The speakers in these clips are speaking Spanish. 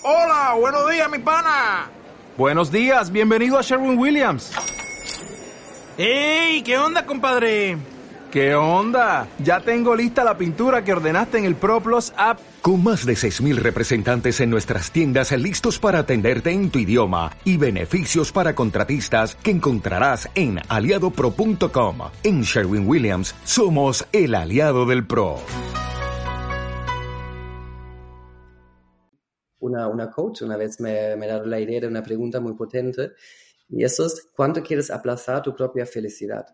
Hola, buenos días, mi pana. Buenos días, bienvenido a Sherwin-Williams. ¡Ey! ¿Qué onda, compadre? ¿Qué onda? Ya tengo lista la pintura que ordenaste en el ProPlus app. Con más de 6,000 representantes en nuestras tiendas listos para atenderte en tu idioma y beneficios para contratistas que encontrarás en aliadopro.com. En Sherwin-Williams somos el aliado del pro. Una coach una vez me ha dado la idea de una pregunta muy potente, y eso es: ¿cuánto quieres aplazar tu propia felicidad?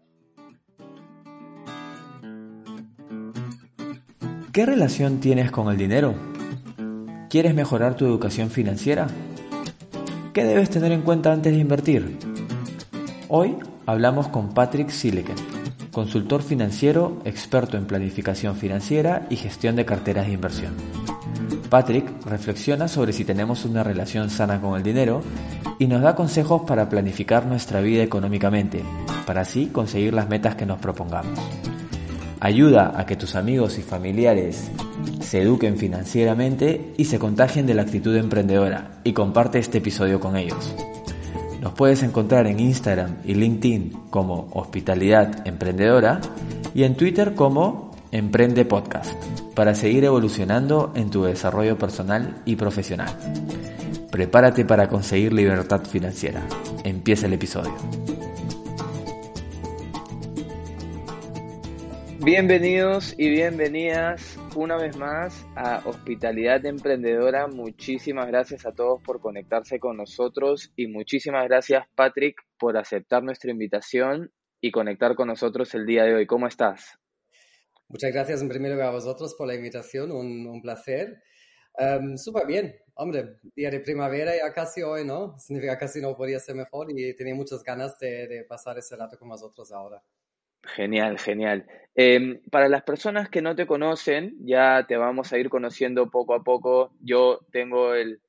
¿Qué relación tienes con el dinero? ¿Quieres mejorar tu educación financiera? ¿Qué debes tener en cuenta antes de invertir? Hoy hablamos con Patrick Sieleken, consultor financiero, experto en planificación financiera y gestión de carteras de inversión. Patrick reflexiona sobre si tenemos una relación sana con el dinero y nos da consejos para planificar nuestra vida económicamente, para así conseguir las metas que nos propongamos. Ayuda a que tus amigos y familiares se eduquen financieramente y se contagien de la actitud emprendedora, y comparte este episodio con ellos. Nos puedes encontrar en Instagram y LinkedIn como Hospitalidad Emprendedora y en Twitter como Emprende Podcast, para seguir evolucionando en tu desarrollo personal y profesional. Prepárate para conseguir libertad financiera. Empieza el episodio. Bienvenidos y bienvenidas una vez más a Hospitalidad Emprendedora. Muchísimas gracias a todos por conectarse con nosotros y muchísimas gracias, Patrick, por aceptar nuestra invitación y conectar con nosotros el día de hoy. ¿Cómo estás? Muchas gracias en primer lugar a vosotros por la invitación, un placer. Súper bien, hombre, día de primavera ya casi hoy, ¿no? Significa casi no podía ser mejor, y tenía muchas ganas de pasar ese rato con vosotros ahora. Genial, genial. Para las personas que no te conocen, ya te vamos a ir conociendo poco a poco. Yo tengo el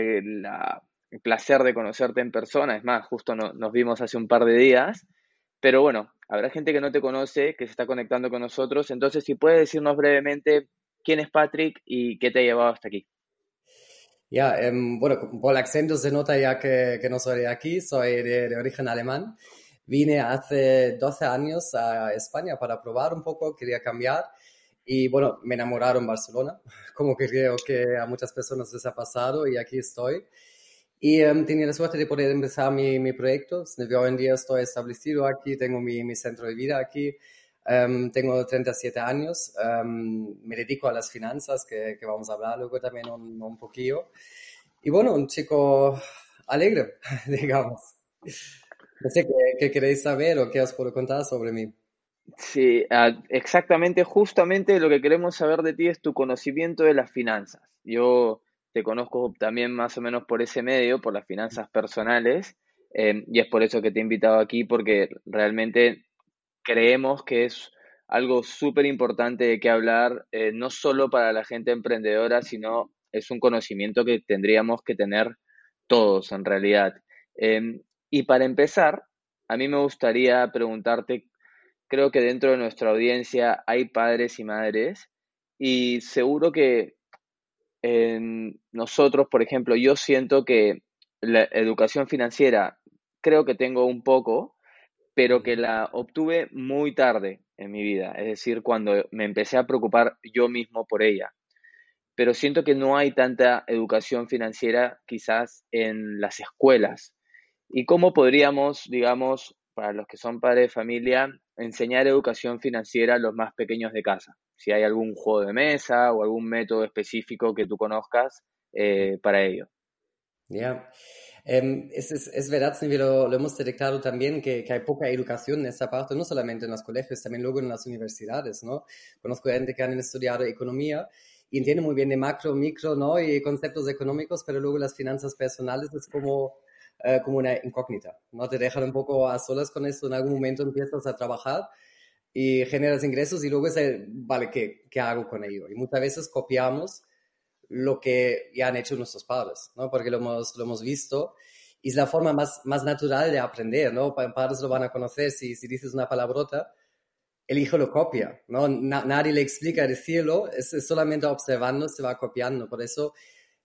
placer de conocerte en persona, es más, justo nos vimos hace un par de días, pero bueno, habrá gente que no te conoce, que se está conectando con nosotros, entonces si puedes decirnos brevemente quién es Patrick y qué te ha llevado hasta aquí. Ya, bueno, por el acento se nota ya que no soy de aquí, soy de origen alemán. Vine hace 12 años a España para probar un poco, quería cambiar, y bueno, me enamoraron en Barcelona, como que creo que a muchas personas les ha pasado, y aquí estoy. Y tenía la suerte de poder empezar mi proyecto. Hoy en día estoy establecido aquí, tengo mi centro de vida aquí. Tengo 37 años, me dedico a las finanzas, que vamos a hablar luego también un poquillo. Y bueno, un chico alegre, digamos. No sé qué queréis saber o qué os puedo contar sobre mí. Sí, exactamente, justamente lo que queremos saber de ti es tu conocimiento de las finanzas. Yo te conozco también más o menos por ese medio, por las finanzas personales, y es por eso que te he invitado aquí, porque realmente creemos que es algo súper importante de qué hablar, no solo para la gente emprendedora, sino es un conocimiento que tendríamos que tener todos en realidad. Y para empezar, a mí me gustaría preguntarte. Creo que dentro de nuestra audiencia hay padres y madres y seguro que nosotros, por ejemplo, yo siento que la educación financiera creo que tengo un poco, pero que la obtuve muy tarde en mi vida, es decir, cuando me empecé a preocupar yo mismo por ella. Pero siento que no hay tanta educación financiera quizás en las escuelas. ¿Y cómo podríamos, digamos, para los que son padres de familia, enseñar educación financiera a los más pequeños de casa? Si hay algún juego de mesa o algún método específico que tú conozcas para ello. Ya, es verdad, sí, lo hemos detectado también, que hay poca educación en esta parte, no solamente en los colegios, también luego en las universidades, ¿no? Conozco gente que han estudiado economía y entiende muy bien de macro, micro, ¿no? Y conceptos económicos, pero luego las finanzas personales es como una incógnita, ¿no? Te dejan un poco a solas con esto. En algún momento empiezas a trabajar y generas ingresos, y luego es vale, ¿qué hago con ello? Y muchas veces copiamos lo que ya han hecho nuestros padres, ¿no? Porque lo hemos visto, y es la forma más natural de aprender, ¿no? Padres lo van a conocer. Si dices una palabrota, el hijo lo copia, ¿no? Nadie le explica decirlo, es solamente observando, se va copiando. Por eso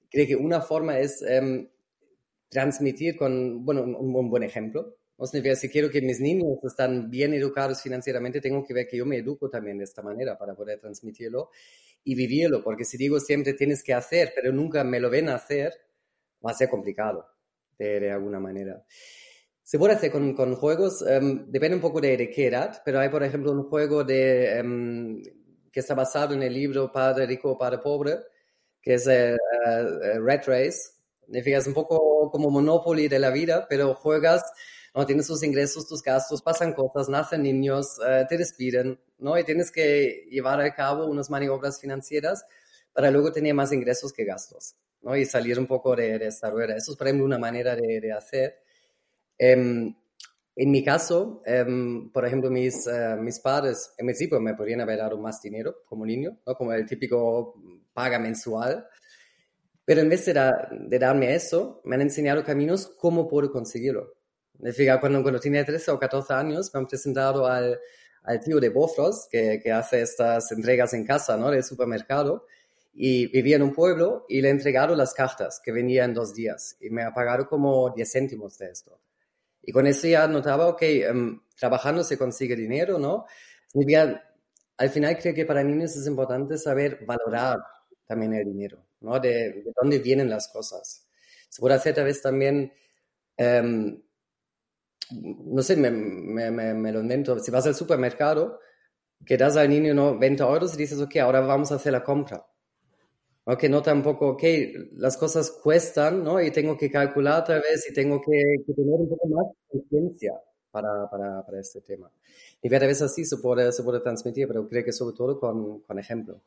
creo que una forma es transmitir con, bueno, un buen ejemplo. O sea, si quiero que mis niños estén bien educados financieramente, tengo que ver que yo me educo también de esta manera para poder transmitirlo y vivirlo, porque si digo siempre tienes que hacer, pero nunca me lo ven a hacer, va a ser complicado de alguna manera. Se puede hacer con juegos, depende un poco de qué edad, pero hay, por ejemplo, un juego que está basado en el libro Padre Rico, Padre Pobre, que es Rat Race. Es un poco como Monopoly de la vida, pero juegas, ¿no? Tienes tus ingresos, tus gastos, pasan cosas, nacen niños, te despiden, ¿no? Y tienes que llevar a cabo unas maniobras financieras para luego tener más ingresos que gastos, ¿no? Y salir un poco de esta rueda. Eso es, por ejemplo, una manera de hacer. En mi caso, por ejemplo, mis padres en principio me podrían haber dado más dinero como niño, ¿no? Como el típico paga mensual. Pero en vez de darme eso, me han enseñado caminos cómo puedo conseguirlo. Cuando tenía 13 o 14 años, me han presentado al tío de Bofrost, que hace estas entregas en casa, ¿no? Del supermercado. Y vivía en un pueblo y le he entregado las cartas que venía en 2 días. Y me ha pagado como 10 céntimos de esto. Y con eso ya notaba, ok, trabajando se consigue dinero, ¿no? Al final creo que para niños es importante saber valorar también el dinero, ¿no? De dónde vienen las cosas. Se puede hacer tal vez también, no sé, me lo invento. Si vas al supermercado, que das al niño, ¿no? 20 euros y dices, ok, ahora vamos a hacer la compra. Ok, no tampoco, ok, las cosas cuestan, ¿no? Y tengo que calcular otra vez y tengo que tener un poco más de conciencia para este tema. Y a veces así se puede transmitir, pero creo que sobre todo con ejemplo.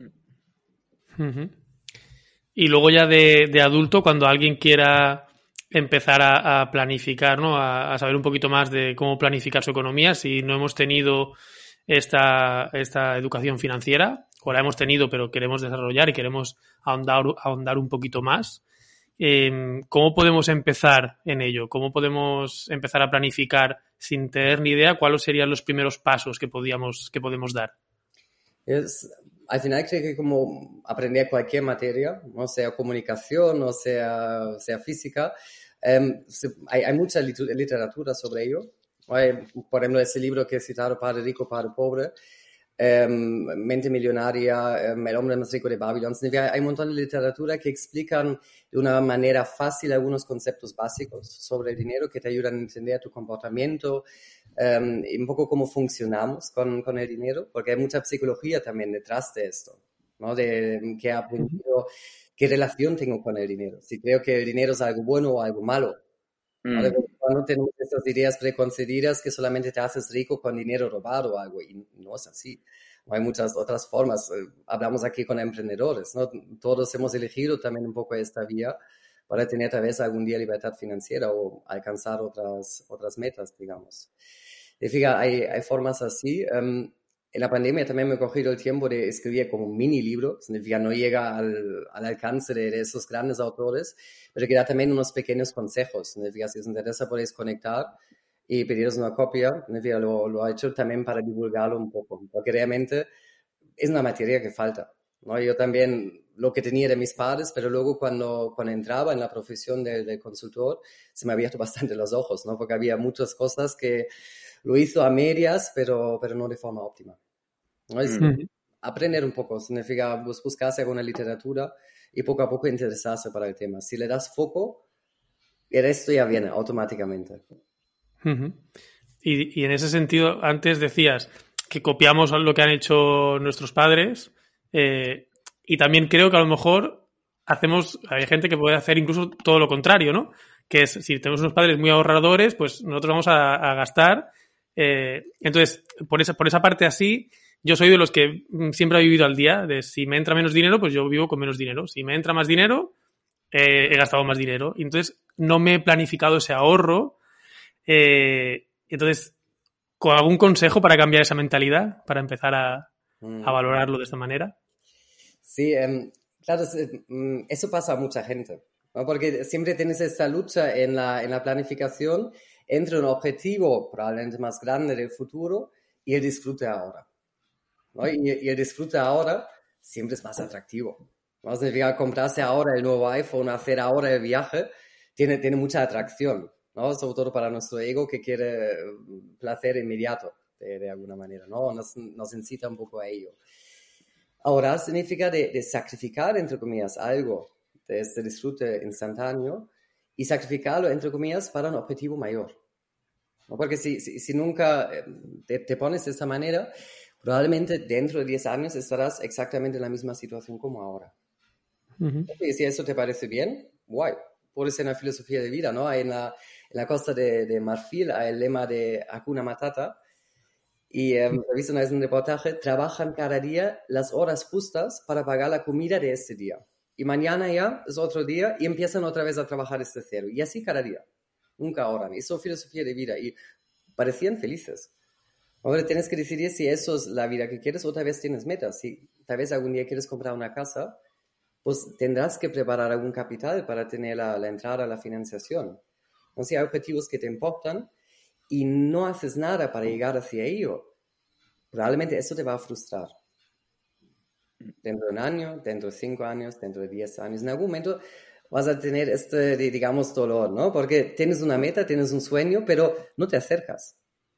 Uh-huh. Y luego ya de adulto, cuando alguien quiera empezar a planificar, ¿no? A saber un poquito más de cómo planificar su economía, si no hemos tenido esta educación financiera, o la hemos tenido pero queremos desarrollar y queremos ahondar un poquito más, ¿cómo podemos empezar en ello? ¿Cómo podemos empezar a planificar sin tener ni idea cuáles serían los primeros pasos que podemos dar? Al final creo que como aprender cualquier materia, no sea comunicación, no sea física, hay mucha literatura sobre ello. Por ejemplo, ese libro que he citado, Padre Rico, Padre Pobre, Mente Millonaria, El hombre más rico de Babilón. Hay un montón de literatura que explican de una manera fácil algunos conceptos básicos sobre el dinero que te ayudan a entender tu comportamiento, y un poco cómo funcionamos con el dinero, porque hay mucha psicología también detrás de esto, ¿no? De que he aprendido qué relación tengo con el dinero, si creo que el dinero es algo bueno o algo malo. Cuando tenemos estas ideas preconcebidas que solamente te haces rico con dinero robado o algo, y no es así. Hay muchas otras formas. Hablamos aquí con emprendedores, ¿no? Todos hemos elegido también un poco esta vía para tener tal vez algún día libertad financiera o alcanzar otras metas, digamos. Y fíjate, hay formas así. En la pandemia también me he cogido el tiempo de escribir como un mini libro, significa no llega al alcance de esos grandes autores, pero que da también unos pequeños consejos, significa si os interesa podéis conectar y pediros una copia, significa lo he hecho también para divulgarlo un poco, porque realmente es una materia que falta, ¿no? Yo también lo que tenía de mis padres, pero luego cuando entraba en la profesión del consultor se me ha abierto bastante los ojos, ¿no? Porque había muchas cosas que lo hizo a medias, pero no de forma óptima. ¿No? Es aprender un poco, significa buscarse alguna literatura y poco a poco interesarse para el tema. Si le das foco, el resto ya viene automáticamente. Uh-huh. Y en ese sentido, antes decías que copiamos lo que han hecho nuestros padres, y también creo que a lo mejor hay gente que puede hacer incluso todo lo contrario, ¿no? Que es, si tenemos unos padres muy ahorradores, pues nosotros vamos a gastar. Entonces, por esa parte así, yo soy de los que siempre ha vivido al día, de si me entra menos dinero, pues yo vivo con menos dinero. Si me entra más dinero, he gastado más dinero. Y entonces, no me he planificado ese ahorro. Entonces, ¿con algún consejo para cambiar esa mentalidad? Para empezar a valorarlo de esta manera. Sí, claro, eso pasa a mucha gente, ¿no? Porque siempre tienes esta lucha en la planificación entre un objetivo probablemente más grande del futuro y el disfrute ahora, ¿no? Y el disfrute ahora siempre es más atractivo, ¿no? Significa comprarse ahora el nuevo iPhone, hacer ahora el viaje, tiene mucha atracción, ¿no? Sobre todo para nuestro ego que quiere placer inmediato, de alguna manera, ¿no? Nos incita un poco a ello. Ahora significa de sacrificar, entre comillas, algo de este disfrute instantáneo y sacrificarlo, entre comillas, para un objetivo mayor, ¿no? Porque si nunca te pones de esta manera, probablemente dentro de 10 años estarás exactamente en la misma situación como ahora. Y si eso te parece bien, guay. Puede ser una filosofía de vida, ¿no? Hay en la costa de Marfil hay el lema de Hakuna Matata. Y he visto una vez en un reportaje, trabajan cada día las horas justas para pagar la comida de este día. Y mañana ya es otro día y empiezan otra vez a trabajar desde cero. Y así cada día. Nunca ahorran. Eso es filosofía de vida. Y parecían felices. Ahora tienes que decidir si eso es la vida que quieres o tal vez tienes metas. Si tal vez algún día quieres comprar una casa, pues tendrás que preparar algún capital para tener la entrada a la financiación. Entonces hay objetivos que te importan y no haces nada para llegar hacia ello, probablemente eso te va a frustrar. Dentro de un año, dentro de 5 años, dentro de 10 años, en algún momento vas a tener digamos, dolor, ¿no? Porque tienes una meta, tienes un sueño, pero no te acercas.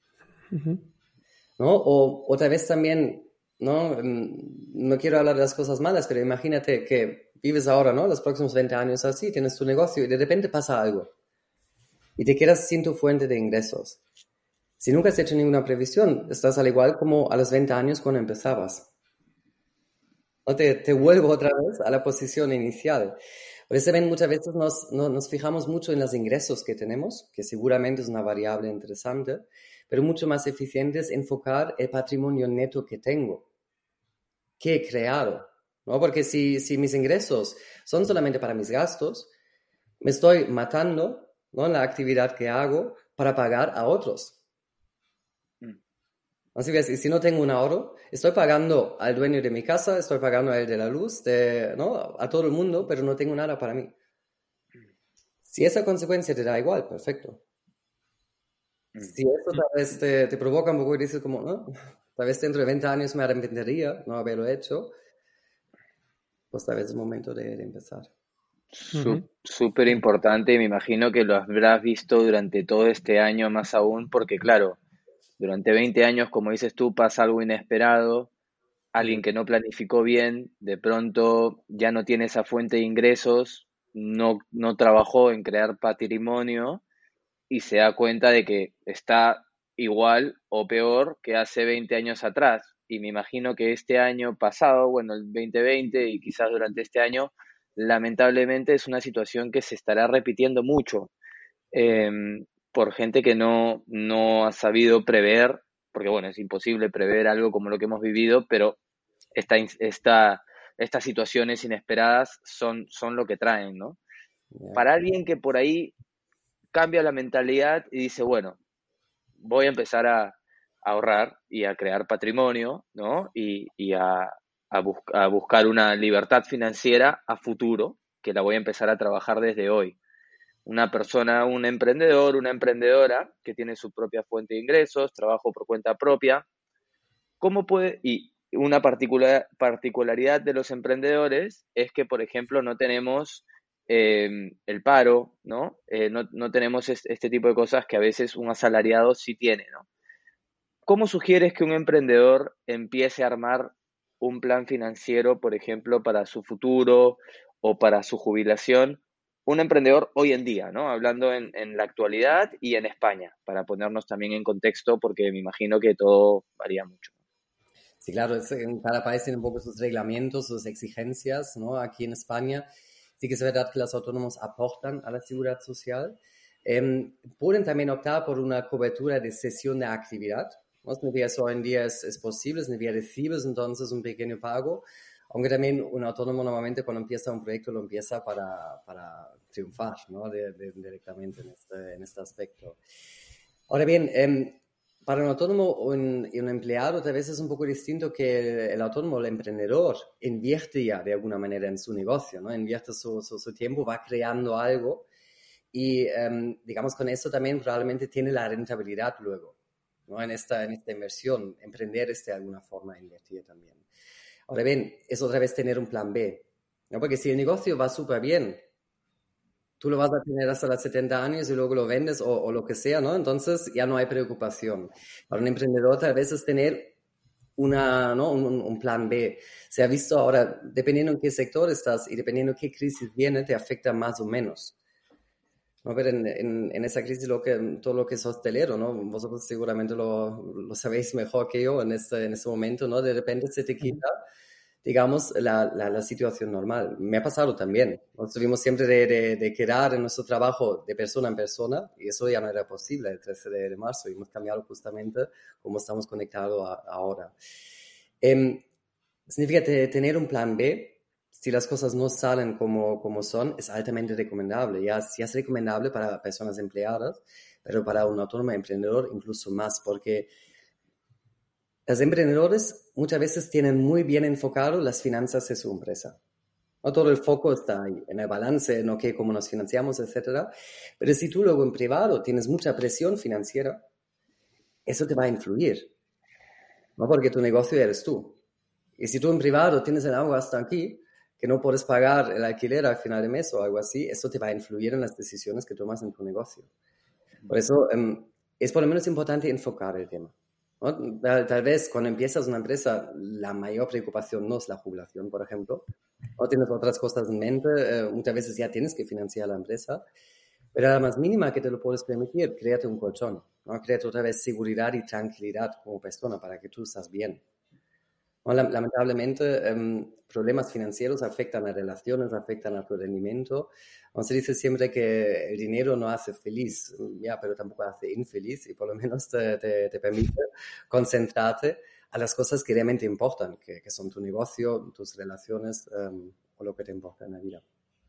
¿No? O tal vez también, ¿no? No quiero hablar de las cosas malas, pero imagínate que vives ahora, ¿no? Los próximos 20 años así, tienes tu negocio y de repente pasa algo. Y te quedas sin tu fuente de ingresos. Si nunca has hecho ninguna previsión, estás al igual como a los 20 años cuando empezabas. ¿No? Te vuelvo otra vez a la posición inicial. Por eso ven, muchas veces nos fijamos mucho en los ingresos que tenemos, que seguramente es una variable interesante, pero mucho más eficiente es enfocar el patrimonio neto que tengo, que he creado, ¿no? Porque si mis ingresos son solamente para mis gastos, me estoy matando, ¿no? En la actividad que hago para pagar a otros. Así ves, y si no tengo un ahorro, estoy pagando al dueño de mi casa, estoy pagando a él de la luz, ¿no? A todo el mundo, pero no tengo nada para mí. Si esa consecuencia te da igual, perfecto. Si eso tal vez te provoca un poco y dices como, ¿no? Tal vez dentro de 20 años me arrepentiría no haberlo hecho, pues tal vez es el momento de empezar. Súper importante, y me imagino que lo habrás visto durante todo este año más aún, porque claro, durante 20 años, como dices tú, pasa algo inesperado, alguien que no planificó bien, de pronto ya no tiene esa fuente de ingresos, no trabajó en crear patrimonio y se da cuenta de que está igual o peor que hace 20 años atrás. Y me imagino que este año pasado, bueno, el 2020 y quizás durante este año, lamentablemente es una situación que se estará repitiendo mucho por gente que no ha sabido prever, porque bueno, es imposible prever algo como lo que hemos vivido, pero estas situaciones inesperadas son lo que traen, ¿no? Yeah. Para alguien que por ahí cambia la mentalidad y dice, bueno, voy a empezar a ahorrar y a crear patrimonio, ¿no? Y a buscar una libertad financiera a futuro, que la voy a empezar a trabajar desde hoy. Una persona, un emprendedor, una emprendedora que tiene su propia fuente de ingresos, trabajo por cuenta propia, ¿cómo puede? Y una particularidad de los emprendedores es que, por ejemplo, no tenemos el paro, ¿no? No tenemos este tipo de cosas que a veces un asalariado sí tiene, ¿no? ¿Cómo sugieres que un emprendedor empiece a armar un plan financiero, por ejemplo, para su futuro o para su jubilación? Un emprendedor hoy en día, ¿no? Hablando en la actualidad y en España, para ponernos también en contexto, porque me imagino que todo varía mucho. Sí, claro, en cada país tiene un poco sus reglamentos, sus exigencias, ¿no? Aquí en España sí que es verdad que los autónomos aportan a la seguridad social. Pueden también optar por una cobertura de cesión de actividad, ¿no? Eso hoy en día es posible, recibes entonces un pequeño pago, aunque también un autónomo normalmente cuando empieza un proyecto lo empieza para triunfar, ¿no? Directamente en este aspecto. Ahora bien, para un autónomo y un empleado tal vez es un poco distinto que el autónomo, el emprendedor, invierte ya de alguna manera en su negocio, ¿no? Invierte su tiempo, va creando algo y digamos con eso también probablemente tiene la rentabilidad luego, ¿no? En esta inversión, emprender de alguna forma invertir también. Ahora bien, es otra vez tener un plan B. ¿no? Porque si el negocio va súper bien, tú lo vas a tener hasta los 70 años y luego lo vendes o lo que sea, ¿no? Entonces ya no hay preocupación. Para un emprendedor tal vez es tener ¿no? un plan B. Se ha visto ahora, dependiendo en qué sector estás y dependiendo en qué crisis viene, te afecta más o menos. ¿No? Pero en esa crisis todo lo que es hostelero, ¿no? Vosotros seguramente lo sabéis mejor que yo en este momento, ¿no? De repente se te quita, digamos, la situación normal. Me ha pasado también. Nos estuvimos siempre de quedar en nuestro trabajo de persona en persona y eso ya no era posible el 13 de marzo y hemos cambiado justamente cómo estamos conectados ahora. Significa tener un plan B. Si las cosas no salen como son, es altamente recomendable. Ya es recomendable para personas empleadas, pero para un autónomo emprendedor incluso más, porque los emprendedores muchas veces tienen muy bien enfocado las finanzas de su empresa. No todo el foco está ahí, en el balance, en cómo nos financiamos, etc. Pero si tú luego en privado tienes mucha presión financiera, eso te va a influir, ¿no? Porque tu negocio eres tú. Y si tú en privado tienes el agua hasta aquí, que no puedes pagar el alquiler al final de mes o algo así, eso te va a influir en las decisiones que tomas en tu negocio. Por eso es por lo menos importante enfocar el tema, ¿no? Tal vez cuando empiezas una empresa, la mayor preocupación no es la jubilación, por ejemplo. No tienes otras cosas en mente, muchas veces ya tienes que financiar la empresa, pero a la más mínima que te lo puedes permitir, créate un colchón, ¿no? Créate otra vez seguridad y tranquilidad como persona para que tú estés bien. No, lamentablemente, problemas financieros afectan a relaciones, afectan a tu rendimiento. Se dice siempre que el dinero no hace feliz, ya, pero tampoco hace infeliz y por lo menos te permite concentrarte a las cosas que realmente importan, que son tu negocio, tus relaciones o lo que te importa en la vida.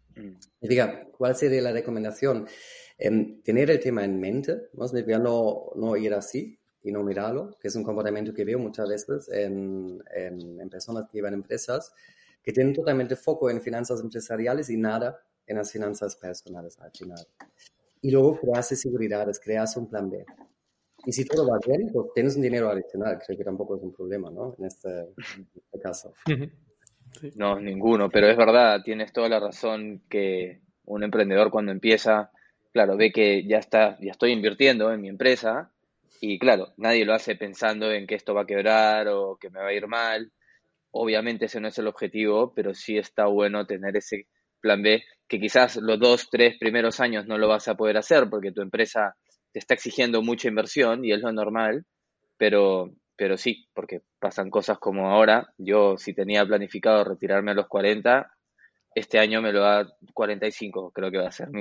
Y diga, ¿cuál sería la recomendación? Tener el tema en mente, ¿no? No ir así y no mirarlo, que es un comportamiento que veo muchas veces en personas que llevan empresas que tienen totalmente foco en finanzas empresariales y nada en las finanzas personales al final. Y luego crearse seguridades, crearse un plan B. Y si todo va bien, pues tienes un dinero adicional, creo que tampoco es un problema, ¿no? En este caso. Sí. No, ninguno, pero es verdad, tienes toda la razón que un emprendedor cuando empieza, claro, ve que ya estoy invirtiendo en mi empresa y claro, nadie lo hace pensando en que esto va a quebrar o que me va a ir mal. Obviamente ese no es el objetivo, pero sí está bueno tener ese plan B, que quizás los 2, 3 primeros años no lo vas a poder hacer porque tu empresa te está exigiendo mucha inversión y es lo normal, pero sí, porque pasan cosas como ahora. Yo si tenía planificado retirarme a los 40, este año me lo da 45, creo que va a ser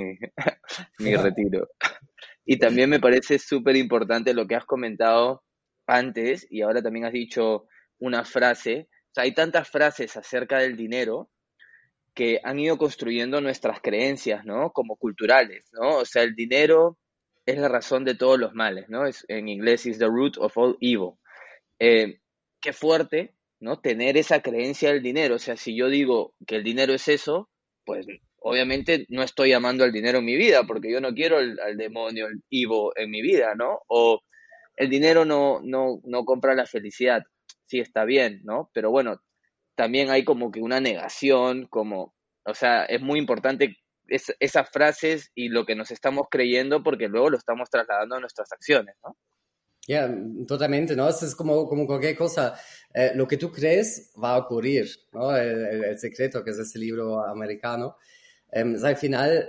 mi retiro. Y también me parece súper importante lo que has comentado antes y ahora también has dicho una frase. O sea, hay tantas frases acerca del dinero que han ido construyendo nuestras creencias, ¿no? Como culturales, ¿no? O sea, el dinero es la razón de todos los males, ¿no? En inglés is the root of all evil. Qué fuerte, ¿no? Tener esa creencia del dinero. O sea, si yo digo que el dinero es eso, pues obviamente no estoy amando al dinero en mi vida, porque yo no quiero al demonio, el evil en mi vida, ¿no? O el dinero no compra la felicidad. Sí, está bien, ¿no? Pero bueno, también hay como que una negación, o sea, es muy importante esas frases y lo que nos estamos creyendo porque luego lo estamos trasladando a nuestras acciones, ¿no? Ya, totalmente, ¿no? Es como cualquier cosa. Lo que tú crees va a ocurrir, ¿no? El secreto, que es ese libro americano. Al final,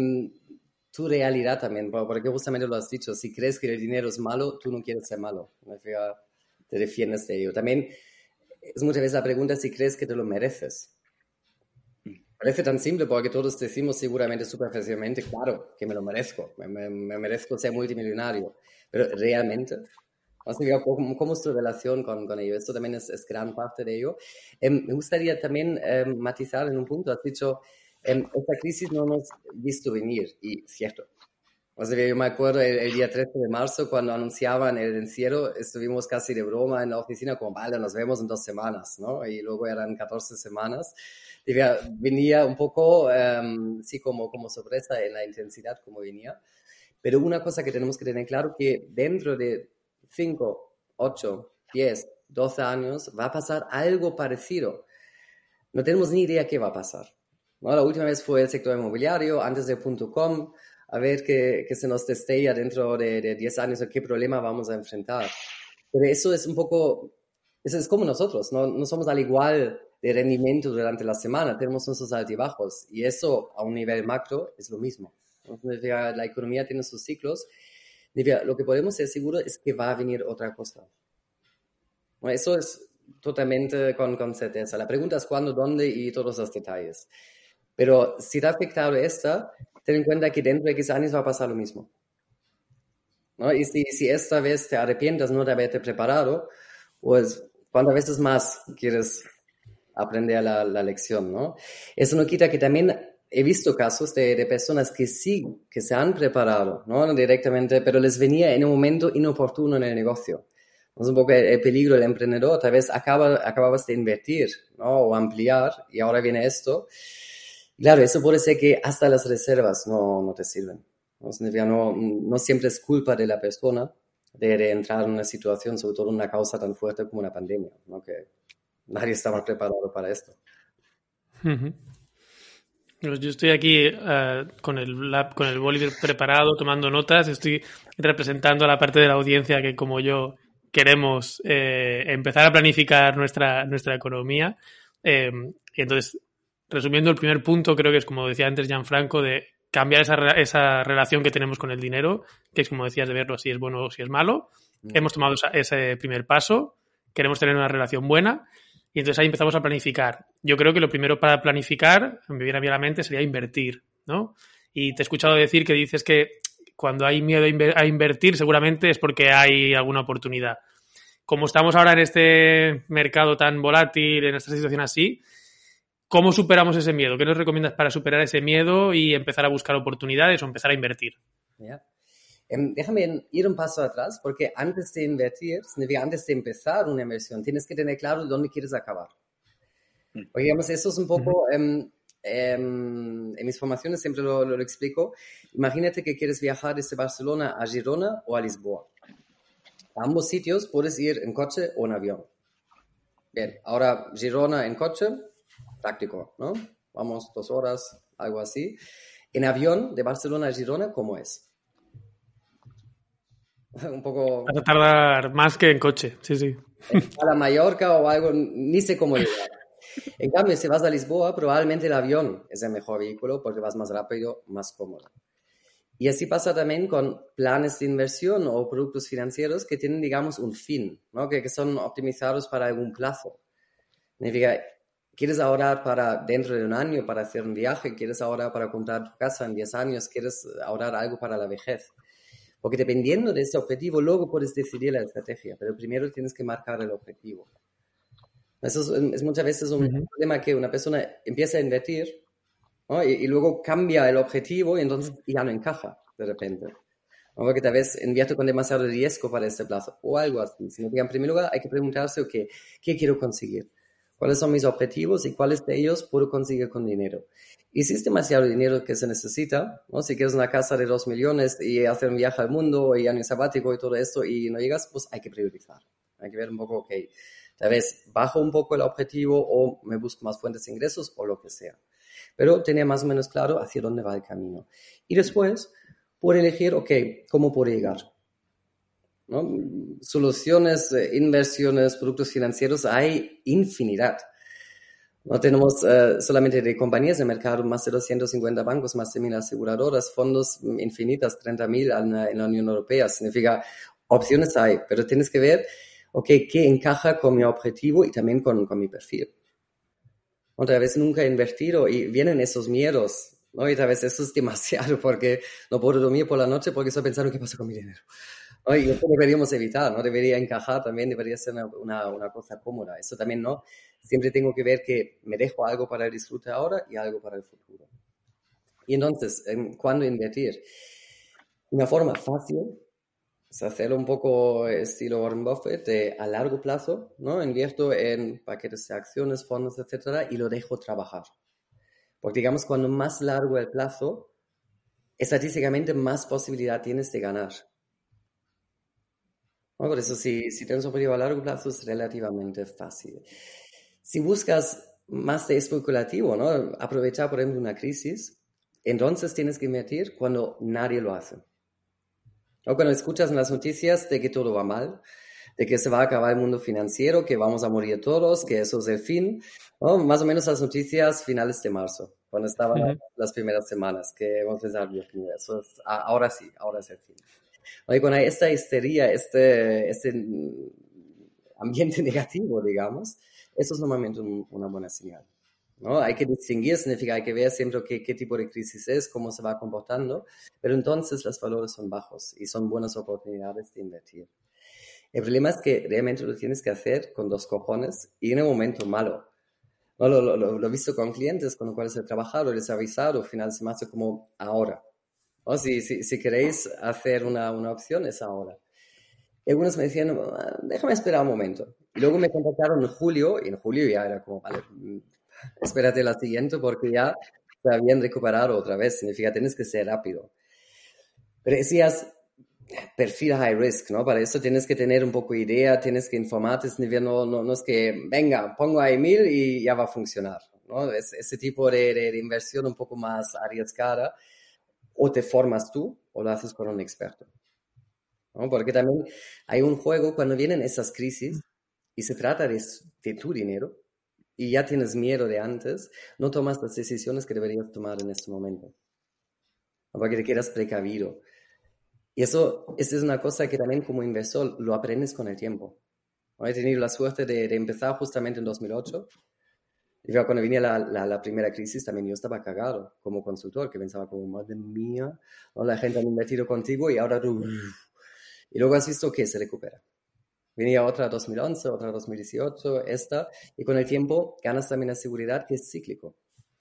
tu realidad también, porque justamente lo has dicho, si crees que el dinero es malo, tú no quieres ser malo. Te defiendes de ello. También es muchas veces la pregunta si crees que te lo mereces. Parece tan simple porque todos decimos seguramente superficialmente, claro, que me lo merezco, me merezco ser multimillonario, pero realmente, ¿cómo es tu relación con ello? Esto también es gran parte de ello. Me gustaría también matizar en un punto, has dicho, esta crisis no nos ha visto venir, y cierto. O sea, yo me acuerdo el día 13 de marzo cuando anunciaban el encierro, estuvimos casi de broma en la oficina como, vale, nos vemos en 2 semanas, ¿no? Y luego eran 14 semanas. Y venía un poco, sí, como sorpresa en la intensidad como venía. Pero una cosa que tenemos que tener claro que dentro de 5, 8, 10, 12 años va a pasar algo parecido. No tenemos ni idea qué va a pasar. ¿no? La última vez fue el sector inmobiliario, antes de .com, a ver que se nos destella dentro de 10 años a qué problema vamos a enfrentar. Pero eso es un poco, eso es como nosotros, no somos al igual de rendimiento durante la semana, tenemos nuestros altibajos y eso a un nivel macro es lo mismo. Entonces, la economía tiene sus ciclos. Lo que podemos ser seguros es que va a venir otra cosa. Bueno, eso es totalmente con certeza. La pregunta es cuándo, dónde y todos los detalles. Pero si te ha afectado esta, ten en cuenta que dentro de X años va a pasar lo mismo, ¿no? Y si esta vez te arrepientas no de haberte preparado, pues ¿cuántas veces más quieres aprender la lección, ¿no? Eso no quita que también he visto casos de personas que sí, que se han preparado, ¿no? Directamente, pero les venía en un momento inoportuno en el negocio. Es un poco el peligro del emprendedor. Tal vez acababas de invertir, ¿no? O ampliar y ahora viene esto. Y claro, eso puede ser que hasta las reservas no te sirven. No siempre es culpa de la persona de entrar en una situación, sobre todo en una causa tan fuerte como una pandemia, ¿no? Que nadie estaba preparado para esto. Yo estoy aquí con el boli preparado, tomando notas. Estoy representando a la parte de la audiencia que, como yo, queremos empezar a planificar nuestra economía. Y entonces, resumiendo el primer punto, creo que es, como decía antes Gianfranco, de cambiar esa relación que tenemos con el dinero, que es, como decías, de verlo si es bueno o si es malo. Hemos tomado ese primer paso, queremos tener una relación buena y entonces ahí empezamos a planificar. Yo creo que lo primero para planificar, me viene a mí a la mente, sería invertir, ¿no? Y te he escuchado decir que dices que cuando hay miedo a invertir seguramente es porque hay alguna oportunidad. Como estamos ahora en este mercado tan volátil, en esta situación así, ¿cómo superamos ese miedo? ¿Qué nos recomiendas para superar ese miedo y empezar a buscar oportunidades o empezar a invertir? Yeah. Déjame ir un paso atrás, porque antes de invertir, antes de empezar una inversión, tienes que tener claro dónde quieres acabar. Porque, digamos, eso es un poco, en mis formaciones siempre lo explico. Imagínate que quieres viajar desde Barcelona a Girona o a Lisboa. A ambos sitios puedes ir en coche o en avión. Bien, ahora Girona en coche, práctico, ¿no? Vamos 2 horas, algo así. En avión de Barcelona a Girona, ¿cómo es? Un poco... Vas a tardar más que en coche, sí. A la Mallorca o algo, ni sé cómo llegar. En cambio, si vas a Lisboa, probablemente el avión es el mejor vehículo porque vas más rápido, más cómodo. Y así pasa también con planes de inversión o productos financieros que tienen, digamos, un fin, ¿no? Que son optimizados para algún plazo. ¿Quieres ahorrar para dentro de un año para hacer un viaje? ¿Quieres ahorrar para comprar tu casa en 10 años? ¿Quieres ahorrar algo para la vejez? Porque dependiendo de ese objetivo, luego puedes decidir la estrategia, pero primero tienes que marcar el objetivo. Eso es muchas veces un problema que una persona empieza a invertir, ¿no? y luego cambia el objetivo y entonces ya no encaja de repente. ¿No? Porque tal vez invierto con demasiado riesgo para este plazo o algo así. Sino que en primer lugar hay que preguntarse, okay, ¿qué quiero conseguir? ¿Cuáles son mis objetivos y cuáles de ellos puedo conseguir con dinero? Y si es demasiado dinero que se necesita, ¿no? Si quieres una casa de 2 millones y hacer un viaje al mundo y año sabático y todo esto y no llegas, pues hay que priorizar. Hay que ver un poco, okay, tal vez bajo un poco el objetivo o me busco más fuentes de ingresos o lo que sea. Pero tener más o menos claro hacia dónde va el camino. Y después, por elegir, okay, ¿cómo puedo llegar? ¿No? Soluciones, inversiones, productos financieros, hay infinidad. No tenemos solamente de compañías de mercado, más de 250 bancos, más de 1.000 aseguradoras, fondos infinitas, 30.000 en la Unión Europea. Significa, opciones hay, pero tienes que ver, okay, qué encaja con mi objetivo y también con mi perfil. Otra vez nunca he invertido y vienen esos miedos, ¿no? Y tal vez eso es demasiado porque no puedo dormir por la noche porque estoy pensando qué pasa con mi dinero. ¿No? Y eso deberíamos evitar, ¿no? Debería encajar también, debería ser una cosa cómoda. Eso también, ¿no? Siempre tengo que ver que me dejo algo para el disfrute ahora y algo para el futuro. Y entonces, ¿cuándo invertir? Una forma fácil es hacerlo un poco estilo Warren Buffett, a largo plazo, ¿no? Invierto en paquetes de acciones, fondos, etcétera, y lo dejo trabajar. Porque digamos, cuando más largo el plazo, estadísticamente más posibilidad tienes de ganar. Por eso, si tienes un objetivo a largo plazo, es relativamente fácil. Si buscas más de especulativo, ¿no? Aprovechar, por ejemplo, una crisis. Entonces tienes que invertir cuando nadie lo hace. O cuando escuchas en las noticias de que todo va mal, de que se va a acabar el mundo financiero, que vamos a morir todos, que eso es el fin, ¿no? Más o menos las noticias finales de marzo, cuando estaban las primeras semanas, que hemos pensado, Dios mío, eso es, ahora sí, ahora es el fin. Y cuando hay esta histeria, este ambiente negativo, digamos, eso es normalmente una buena señal, ¿no? Hay que distinguir, significa, hay que ver siempre qué tipo de crisis es, cómo se va comportando, pero entonces los valores son bajos y son buenas oportunidades de invertir. El problema es que realmente lo tienes que hacer con 2 cojones y en un momento malo. No, lo he visto con clientes con los cuales he trabajado, les he avisado al final del semestre como ahora. ¿No? Si queréis hacer una opción, es ahora. Y algunos me decían, déjame esperar un momento. Y luego me contactaron en julio, y en julio ya era como, vale, espérate la siguiente porque ya se habían recuperado otra vez. Significa, tienes que ser rápido. Pero decías, perfil high risk, ¿no? Para eso tienes que tener un poco de idea, tienes que informarte, no es que, venga, pongo ahí 1000 y ya va a funcionar, ¿no? Es ese tipo de inversión un poco más arriesgada, o te formas tú o lo haces con un experto, ¿no? Porque también hay un juego cuando vienen esas crisis y se trata de tu dinero y ya tienes miedo de antes, no tomas las decisiones que deberías tomar en este momento, ¿no? Porque te quedas precavido. Y eso es una cosa que también como inversor lo aprendes con el tiempo. ¿No? He tenido la suerte de empezar justamente en 2008. Y cuando venía la primera crisis también yo estaba cagado como consultor, que pensaba como, madre mía, ¿no? La gente ha invertido contigo y ahora tú... Y luego has visto que se recupera. Venía otra 2011, otra 2018, esta. Y con el tiempo ganas también la seguridad que es cíclico.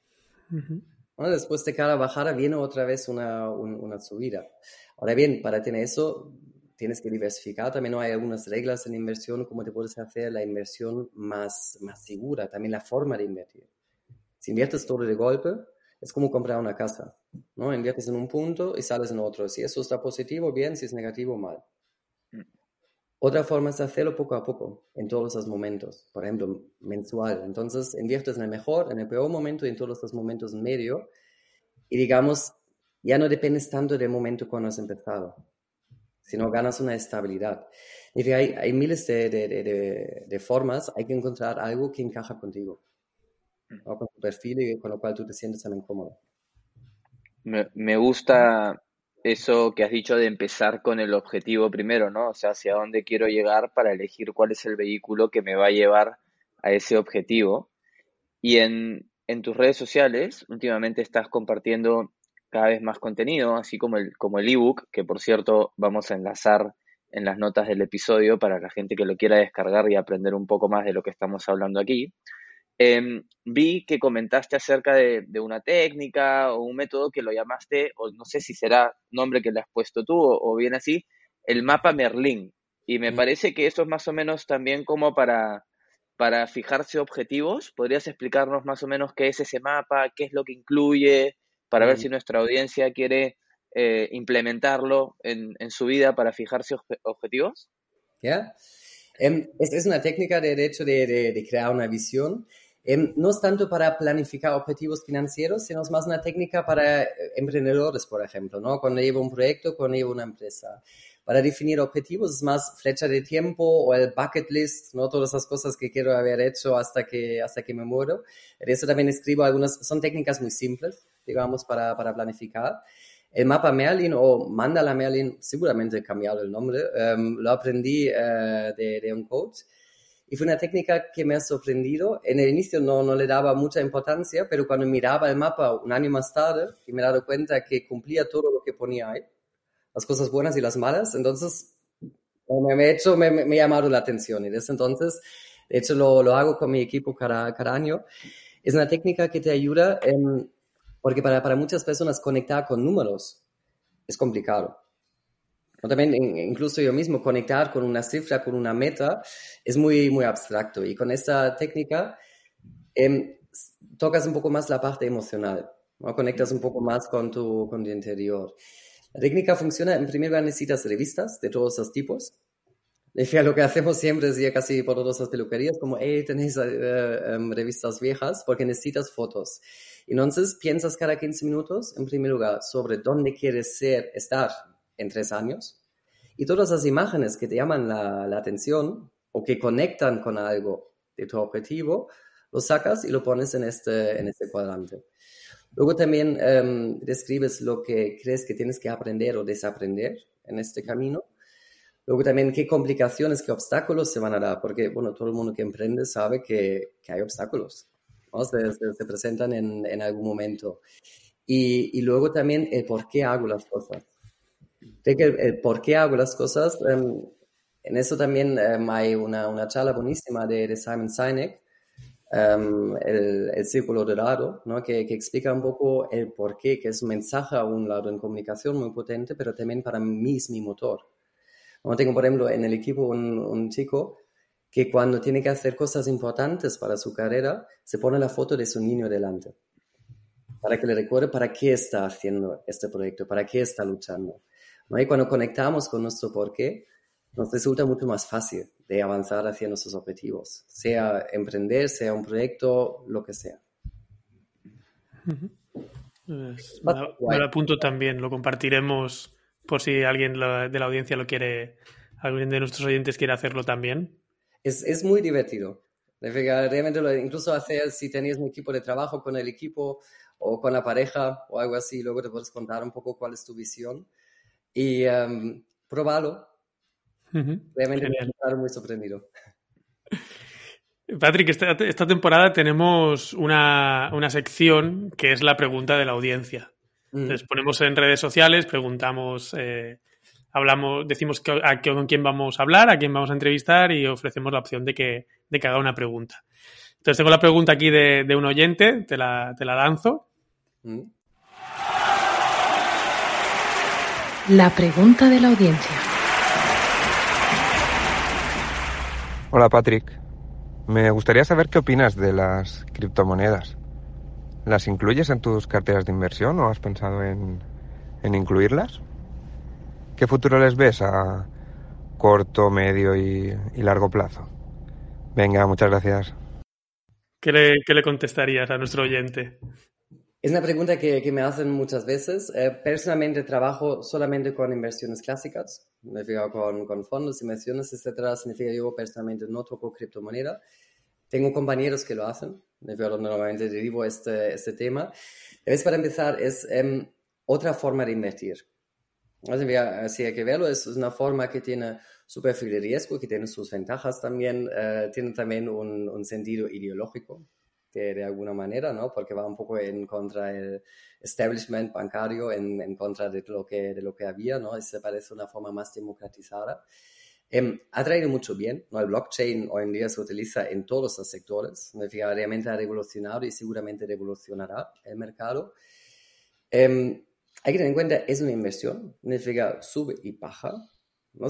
¿No? Después de cada bajada viene otra vez una subida. Ahora bien, para tener eso, tienes que diversificar. También no hay algunas reglas en inversión, cómo te puedes hacer la inversión más segura. También la forma de invertir. Si inviertes todo de golpe, es como comprar una casa, ¿no? Inviertes en un punto y sales en otro. Si eso está positivo, bien. Si es negativo, mal. Otra forma es hacerlo poco a poco, en todos los momentos. Por ejemplo, mensual. Entonces, inviertes en el mejor, en el peor momento y en todos los momentos en medio. Y digamos, ya no dependes tanto del momento cuando has empezado, sino ganas una estabilidad. Y hay miles de formas, hay que encontrar algo que encaja contigo, ¿no? Con tu perfil y con lo cual tú te sientes también cómodo. Me gusta eso que has dicho de empezar con el objetivo primero, ¿no? O sea, hacia dónde quiero llegar para elegir cuál es el vehículo que me va a llevar a ese objetivo. Y en tus redes sociales, últimamente estás compartiendo cada vez más contenido, así como el ebook, que por cierto vamos a enlazar en las notas del episodio para la gente que lo quiera descargar y aprender un poco más de lo que estamos hablando aquí. Vi que comentaste acerca de una técnica o un método que lo llamaste, o no sé si será nombre que le has puesto tú o bien así, el mapa Merlín. Y me parece que eso es más o menos también como para fijarse objetivos. ¿Podrías explicarnos más o menos qué es ese mapa, qué es lo que incluye, para ver si nuestra audiencia quiere implementarlo en su vida para fijarse objetivos? ¿Ya? Es una técnica de hecho de crear una visión. No es tanto para planificar objetivos financieros, sino es más una técnica para emprendedores, por ejemplo, ¿no? Cuando llevo un proyecto, cuando llevo una empresa. Para definir objetivos es más flecha de tiempo o el bucket list, ¿no? Todas esas cosas que quiero haber hecho hasta que me muero. De eso también escribo algunas, son técnicas muy simples, digamos, para planificar. El mapa Merlin o Mandala Merlin, seguramente he cambiado el nombre, lo aprendí de un coach. Y fue una técnica que me ha sorprendido. En el inicio no le daba mucha importancia, pero cuando miraba el mapa un año más tarde y me he dado cuenta que cumplía todo lo que ponía ahí, las cosas buenas y las malas, entonces me ha llamado la atención. Y desde entonces, de hecho, lo hago con mi equipo cada año. Es una técnica que te ayuda, porque para muchas personas conectar con números es complicado. O también incluso yo mismo conectar con una cifra, con una meta, es muy, muy abstracto. Y con esta técnica tocas un poco más la parte emocional, ¿no? Conectas un poco más con tu interior. La técnica funciona, en primer lugar necesitas revistas de todos los tipos. Lo que hacemos siempre es ir casi por todas las peluquerías, como, hey, tenéis revistas viejas, porque necesitas fotos. Entonces, piensas cada 15 minutos, en primer lugar, sobre dónde quieres estar en 3 años. Y todas las imágenes que te llaman la atención o que conectan con algo de tu objetivo, lo sacas y lo pones en este cuadrante. Luego también describes lo que crees que tienes que aprender o desaprender en este camino. Luego también qué complicaciones, qué obstáculos se van a dar, porque bueno, todo el mundo que emprende sabe que hay obstáculos, ¿no? Se presentan en algún momento. Y luego también el por qué hago las cosas. De que el por qué hago las cosas, en eso también hay una charla buenísima de Simon Sinek, el círculo dorado, ¿no? que explica un poco el por qué, que es un mensaje a un lado en comunicación muy potente, pero también para mí es mi motor. Como tengo, por ejemplo, en el equipo un chico que cuando tiene que hacer cosas importantes para su carrera, se pone la foto de su niño delante, para que le recuerde para qué está haciendo este proyecto, para qué está luchando, ¿no? Y cuando conectamos con nuestro porqué, nos resulta mucho más fácil de avanzar hacia nuestros objetivos, sea emprender, sea un proyecto, lo que sea. Me lo apunto también, lo compartiremos por si alguien de la audiencia alguien de nuestros oyentes quiere hacerlo también. Es muy divertido. Realmente incluso hacer, si tenías un equipo de trabajo con el equipo o con la pareja o algo así, luego te puedes contar un poco cuál es tu visión y probarlo. Realmente me he quedado muy sorprendido. Patrick, esta temporada tenemos una sección que es la pregunta de la audiencia. Entonces ponemos en redes sociales, preguntamos, decimos con quién vamos a hablar, a quién vamos a entrevistar y ofrecemos la opción de que haga una pregunta. Entonces tengo la pregunta aquí de un oyente, te la lanzo. La pregunta de la audiencia. Hola Patrick, me gustaría saber qué opinas de las criptomonedas. ¿Las incluyes en tus carteras de inversión o has pensado en incluirlas? ¿Qué futuro les ves a corto, medio y largo plazo? Venga, muchas gracias. ¿Qué le contestarías a nuestro oyente? Es una pregunta que me hacen muchas veces. Personalmente trabajo solamente con inversiones clásicas, con fondos, inversiones, etcétera. Significa yo personalmente no toco criptomoneda. Tengo compañeros que lo hacen, normalmente derivo este tema. Para empezar, es otra forma de invertir. Así hay que verlo, es una forma que tiene su perfil de riesgo, que tiene sus ventajas también, tiene también un sentido ideológico, de alguna manera, ¿no? Porque va un poco en contra del establishment bancario, en contra de lo que había, ¿no? Se parece una forma más democratizada. Ha traído mucho bien, ¿no? El blockchain hoy en día se utiliza en todos los sectores, realmente ha revolucionado y seguramente revolucionará el mercado. Hay que tener en cuenta, es una inversión, sube y baja, ¿no?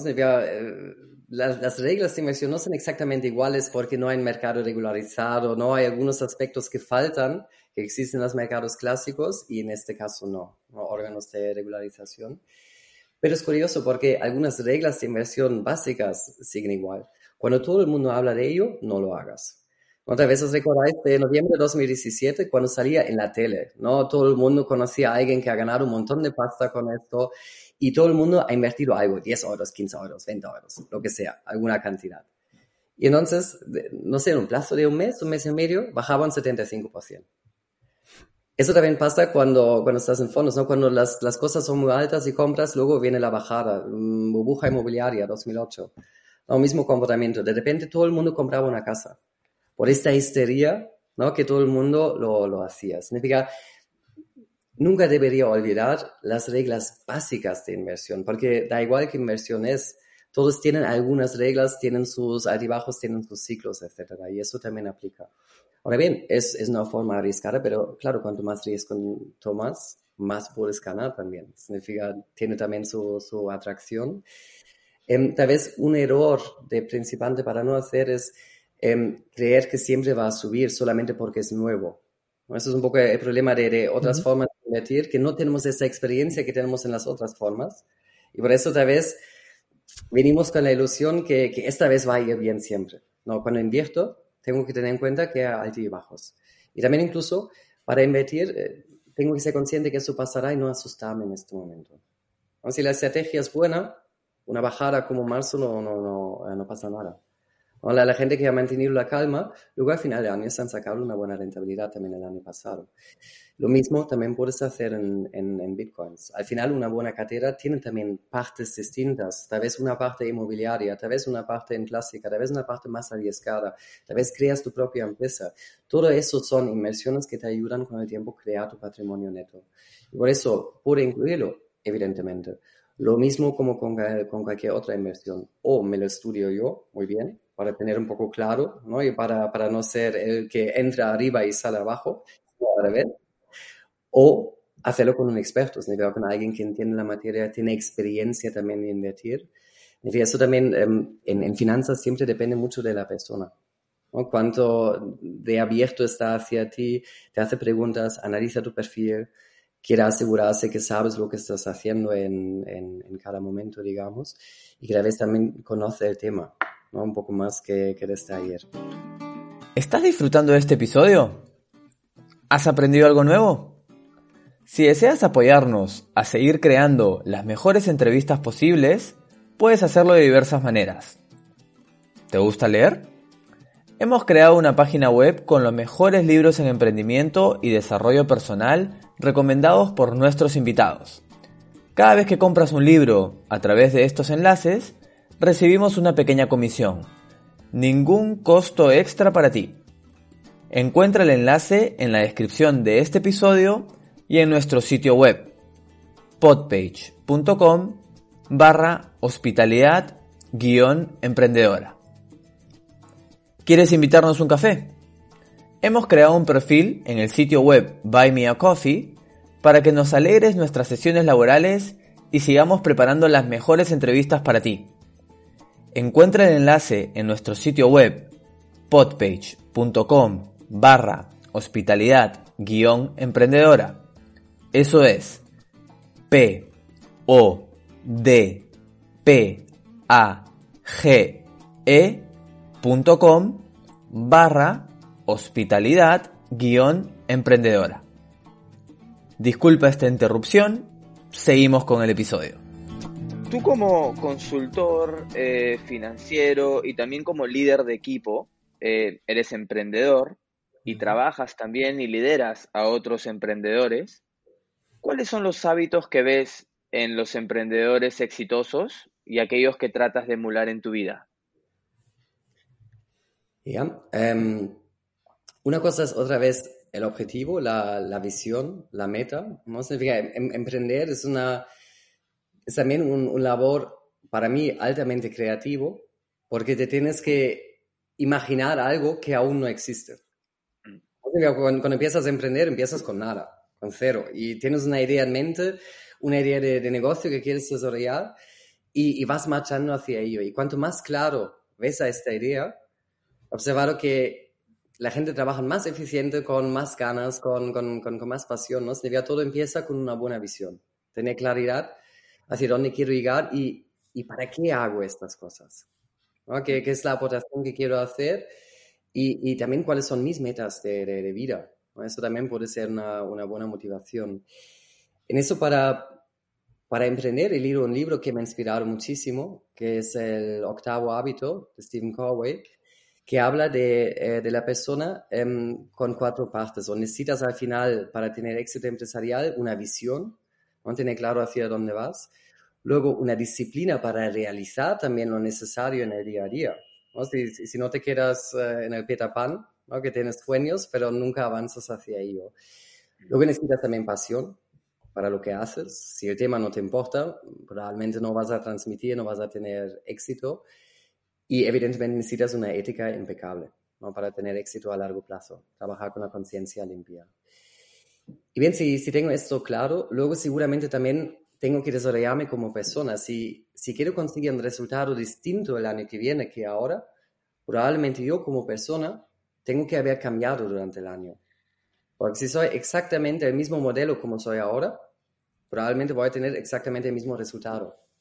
Las reglas de inversión no son exactamente iguales porque no hay un mercado regularizado, no hay algunos aspectos que faltan, que existen en los mercados clásicos y en este caso no órganos de regularización. Pero es curioso porque algunas reglas de inversión básicas siguen igual. Cuando todo el mundo habla de ello, no lo hagas. Otra vez os recordáis de noviembre de 2017 cuando salía en la tele, ¿no? Todo el mundo conocía a alguien que ha ganado un montón de pasta con esto y todo el mundo ha invertido algo, 10 euros, 15 euros, 20 euros, lo que sea, alguna cantidad. Y entonces, no sé, en un plazo de un mes y medio, bajaban 75%. Eso también pasa cuando estás en fondos, ¿no? Cuando las cosas son muy altas y compras, luego viene la bajada, burbuja inmobiliaria 2008. No, mismo comportamiento, de repente todo el mundo compraba una casa. Por esta histeria, ¿no? Que todo el mundo lo hacía. Significa, nunca debería olvidar las reglas básicas de inversión, porque da igual qué inversión es, todos tienen algunas reglas, tienen sus altibajos, tienen sus ciclos, etc. Y eso también aplica. Ahora bien, es una forma arriesgada, pero claro, cuanto más riesgo tomas, más puedes ganar también. Significa, tiene también su atracción. Tal vez un error de principiante para no hacer es creer que siempre va a subir solamente porque es nuevo. Eso es un poco el problema de otras formas de invertir, que no tenemos esa experiencia que tenemos en las otras formas. Y por eso tal vez venimos con la ilusión que esta vez va a ir bien siempre. No, cuando invierto, tengo que tener en cuenta que hay altos y bajos. Y también incluso para invertir, tengo que ser consciente que eso pasará y no asustarme en este momento. ¿No? Si la estrategia es buena, una bajada como marzo no pasa nada. ¿No? La gente que ha mantenido la calma, luego al final de año se han sacado una buena rentabilidad también el año pasado. Lo mismo también puedes hacer en bitcoins. Al final una buena cartera tiene también partes distintas. Tal vez una parte inmobiliaria, tal vez una parte en clásica, tal vez una parte más arriesgada, tal vez creas tu propia empresa. Todo eso son inversiones que te ayudan con el tiempo a crear tu patrimonio neto. Y por eso puedo incluirlo, evidentemente. Lo mismo como con cualquier otra inversión. O me lo estudio yo, muy bien, para tener un poco claro, ¿no? Y para no ser el que entra arriba y sale abajo, para ver. O hacerlo con un experto, es decir, con alguien que entiende la materia, tiene experiencia también de invertir. Es decir, eso también en finanzas siempre depende mucho de la persona, ¿no? Cuánto de abierto está hacia ti, te hace preguntas, analiza tu perfil, quiere asegurarse que sabes lo que estás haciendo en cada momento, digamos, y que a veces también conoce el tema, ¿no? Un poco más que desde ayer. ¿Estás disfrutando de este episodio? ¿Has aprendido algo nuevo? Si deseas apoyarnos a seguir creando las mejores entrevistas posibles, puedes hacerlo de diversas maneras. ¿Te gusta leer? Hemos creado una página web con los mejores libros en emprendimiento y desarrollo personal recomendados por nuestros invitados. Cada vez que compras un libro a través de estos enlaces, recibimos una pequeña comisión. Ningún costo extra para ti. Encuentra el enlace en la descripción de este episodio y en nuestro sitio web podpage.com/hospitalidad-emprendedora. ¿Quieres invitarnos un café? Hemos creado un perfil en el sitio web Buy Me a Coffee para que nos alegres nuestras sesiones laborales y sigamos preparando las mejores entrevistas para ti. Encuentra el enlace en nuestro sitio web podpage.com/hospitalidad-emprendedora. Eso es podpage.com/hospitalidad-emprendedora. Disculpa esta interrupción, seguimos con el episodio. Tú como consultor financiero y también como líder de equipo, eres emprendedor y trabajas también y lideras a otros emprendedores. ¿Cuáles son los hábitos que ves en los emprendedores exitosos y aquellos que tratas de emular en tu vida? Ya, una cosa es otra vez el objetivo, la visión, la meta, ¿no? Significa, emprender es también un labor para mí altamente creativo, porque te tienes que imaginar algo que aún no existe. Cuando empiezas a emprender, empiezas con nada, con cero, y tienes una idea en mente, una idea de negocio que quieres desarrollar, y vas marchando hacia ello. Y cuanto más claro ves a esta idea, observado que la gente trabaja más eficiente, con más ganas, con más pasión, ¿no? Todo empieza con una buena visión, tener claridad hacia dónde quiero llegar y para qué hago estas cosas, ¿no? ¿Qué es la aportación que quiero hacer? Y también cuáles son mis metas de vida, ¿no? Eso también puede ser una buena motivación. En eso para emprender he leído un libro que me ha inspirado muchísimo, que es El octavo hábito de Stephen Covey, que habla de la persona con 4 partes. O necesitas al final, para tener éxito empresarial, una visión, ¿no? Tener claro hacia dónde vas. Luego, una disciplina para realizar también lo necesario en el día a día, ¿no? Si no te quedas en el Peter Pan, ¿no? Que tienes sueños, pero nunca avanzas hacia ello. Luego necesitas también pasión para lo que haces. Si el tema no te importa, probablemente no vas a transmitir, no vas a tener éxito. Y evidentemente necesitas una ética impecable, ¿no? Para tener éxito a largo plazo, trabajar con la conciencia limpia. Y bien, si tengo esto claro, luego seguramente también tengo que desarrollarme como persona. Si quiero conseguir un resultado distinto el año que viene que ahora, probablemente yo como persona tengo que haber cambiado durante el año. Porque si soy exactamente el mismo modelo como soy ahora, probablemente voy a tener exactamente el mismo resultado.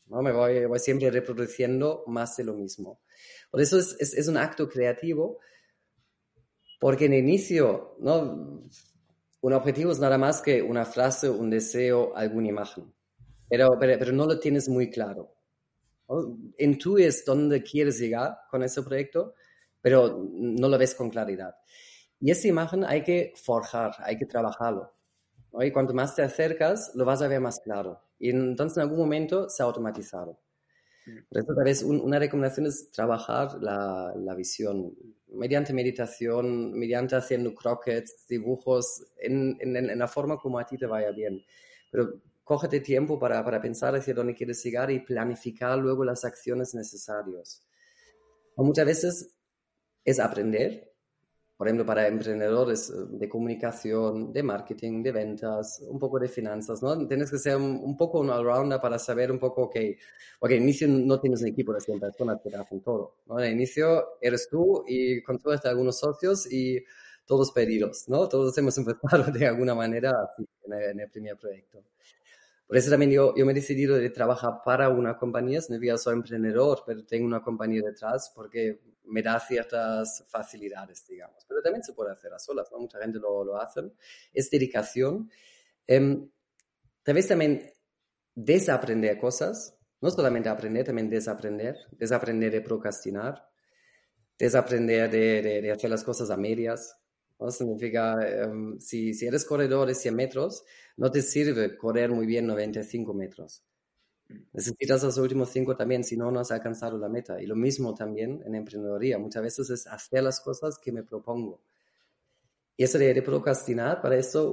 ¿no? Me voy siempre reproduciendo más de lo mismo. Por eso es un acto creativo, porque en el inicio, ¿no? Un objetivo es nada más que una frase, un deseo, alguna imagen, pero no lo tienes muy claro, ¿no? Intuyes dónde quieres llegar con ese proyecto, pero no lo ves con claridad. Y esa imagen hay que forjar, hay que trabajarlo, ¿no? Y cuanto más te acercas, lo vas a ver más claro. Y entonces en algún momento se ha automatizado. Por eso tal vez una recomendación es trabajar la visión mediante meditación, mediante haciendo croquettes, dibujos, en la forma como a ti te vaya bien. Pero cógete tiempo para pensar hacia dónde quieres llegar y planificar luego las acciones necesarias. O muchas veces es aprender. Por ejemplo, para emprendedores de comunicación, de marketing, de ventas, un poco de finanzas, ¿no? Tienes que ser un poco un all-rounder para saber un poco que, porque al inicio no tienes un equipo de 100 personas que te hacen todo, ¿no? Al inicio eres tú y con suerte algunos socios y todos perdidos, ¿no? Todos hemos empezado de alguna manera así en el primer proyecto. Por eso también yo me he decidido de trabajar para una compañía. No es que yo soy emprendedor, pero tengo una compañía detrás porque me da ciertas facilidades, digamos. Pero también se puede hacer a solas, ¿no? Mucha gente lo hace. Es dedicación. Tal vez también desaprender cosas. No solamente aprender, también desaprender. Desaprender de procrastinar. Desaprender de hacer las cosas a medias, ¿no? Significa, si eres corredor de 100 metros, no te sirve correr muy bien 95 metros. Necesitas los últimos 5 también, si no, no has alcanzado la meta. Y lo mismo también en emprendedoría. Muchas veces es hacer las cosas que me propongo. Y eso de procrastinar, para eso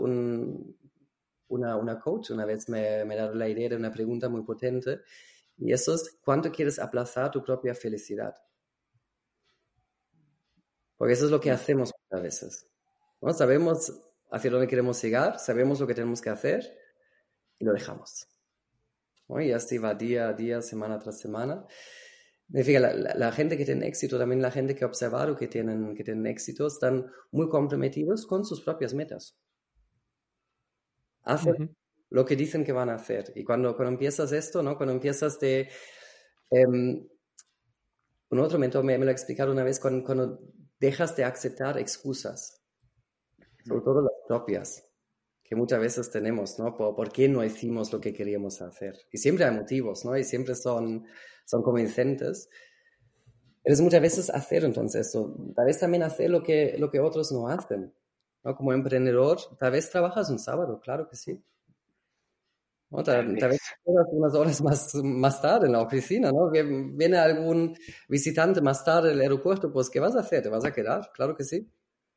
una coach una vez me ha dado la idea de una pregunta muy potente. Y eso es, ¿cuánto quieres aplazar tu propia felicidad? Porque eso es lo que hacemos muchas veces, ¿no? Sabemos hacia dónde queremos llegar, sabemos lo que tenemos que hacer y lo dejamos, ¿no? Y así va día a día, semana tras semana. Significa, la gente que tiene éxito, también la gente que he observado que tienen éxito, están muy comprometidos con sus propias metas. Hacen lo que dicen que van a hacer. Y cuando empiezas esto, ¿no? Cuando empiezas de... un otro mentor me lo ha explicado una vez, cuando dejas de aceptar excusas, sobre todo las propias, que muchas veces tenemos, ¿no? ¿Por qué no hicimos lo que queríamos hacer? Y siempre hay motivos, ¿no? Y siempre son convincentes. Pero es muchas veces hacer entonces eso. Tal vez también hacer lo que otros no hacen, ¿no? Como emprendedor, tal vez trabajas un sábado, claro que sí, ¿no? Tal vez unas horas más tarde en la oficina, ¿no? Viene algún visitante más tarde del aeropuerto, pues ¿qué vas a hacer? ¿Te vas a quedar? Claro que sí.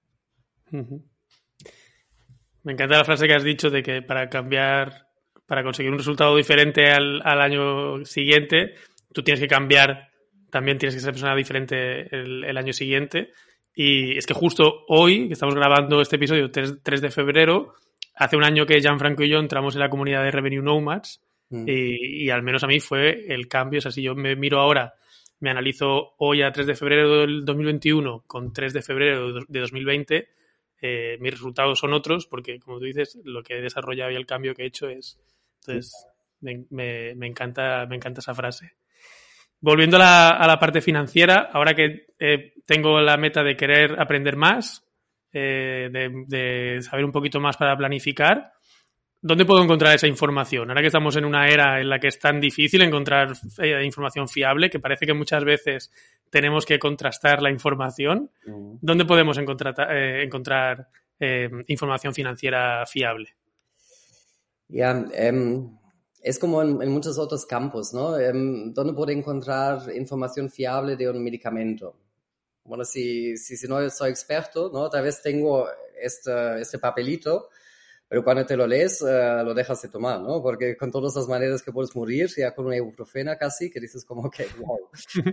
Me encanta la frase que has dicho de que para conseguir un resultado diferente al año siguiente, tú tienes que cambiar, también tienes que ser persona diferente el año siguiente. Y es que justo hoy, que estamos grabando este episodio, 3 de febrero, hace un año que Gianfranco y yo entramos en la comunidad de Revenue Nomads y al menos a mí fue el cambio. O sea, si yo me miro ahora, me analizo hoy a 3 de febrero del 2021 con 3 de febrero de 2020, mis resultados son otros porque, como tú dices, lo que he desarrollado y el cambio que he hecho es... Entonces, me encanta esa frase. Volviendo a la parte financiera, ahora que tengo la meta de querer aprender más, de saber un poquito más para planificar, ¿dónde puedo encontrar esa información? Ahora que estamos en una era en la que es tan difícil encontrar información fiable, que parece que muchas veces tenemos que contrastar la información, ¿dónde podemos encontrar información financiera fiable? Ya, es como en muchos otros campos, ¿no? ¿Dónde puedo encontrar información fiable de un medicamento? Bueno, si no soy experto, ¿no? Tal vez tengo este papelito, pero cuando te lo lees, lo dejas de tomar, ¿no? Porque con todas las maneras que puedes morir, ya con una ibuprofena casi, que dices como, ok, wow.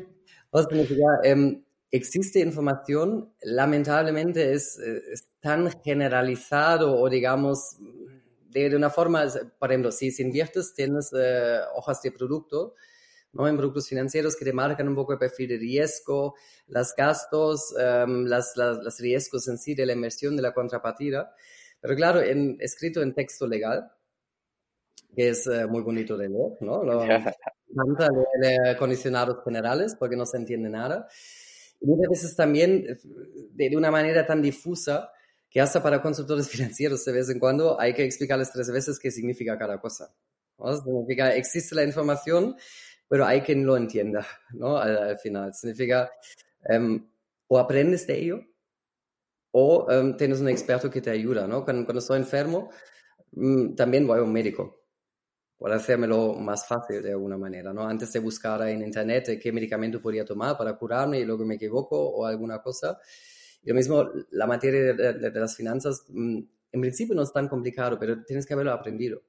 Existe información, lamentablemente es tan generalizado o digamos... De una forma, por ejemplo, si inviertes, tienes hojas de producto, ¿no? En productos financieros que te marcan un poco el perfil de riesgo, los gastos, los riesgos en sí de la inversión, de la contrapartida. Pero claro, escrito en texto legal, que es muy bonito de leer, ¿no? encanta leer condicionados generales porque no se entiende nada. Y muchas veces también de una manera tan difusa que hasta para consultores financieros de vez en cuando hay que explicarles 3 veces qué significa cada cosa, ¿no? Significa, existe la información, pero hay quien lo entienda, ¿no? Al final. Significa, o aprendes de ello, o tienes un experto que te ayuda, ¿no? Cuando estoy enfermo, también voy a un médico para hacérmelo más fácil de alguna manera, ¿no? Antes de buscar en internet qué medicamento podría tomar para curarme y luego me equivoco o alguna cosa. Y lo mismo, la materia de las finanzas, en principio no es tan complicado, pero tienes que haberlo aprendido,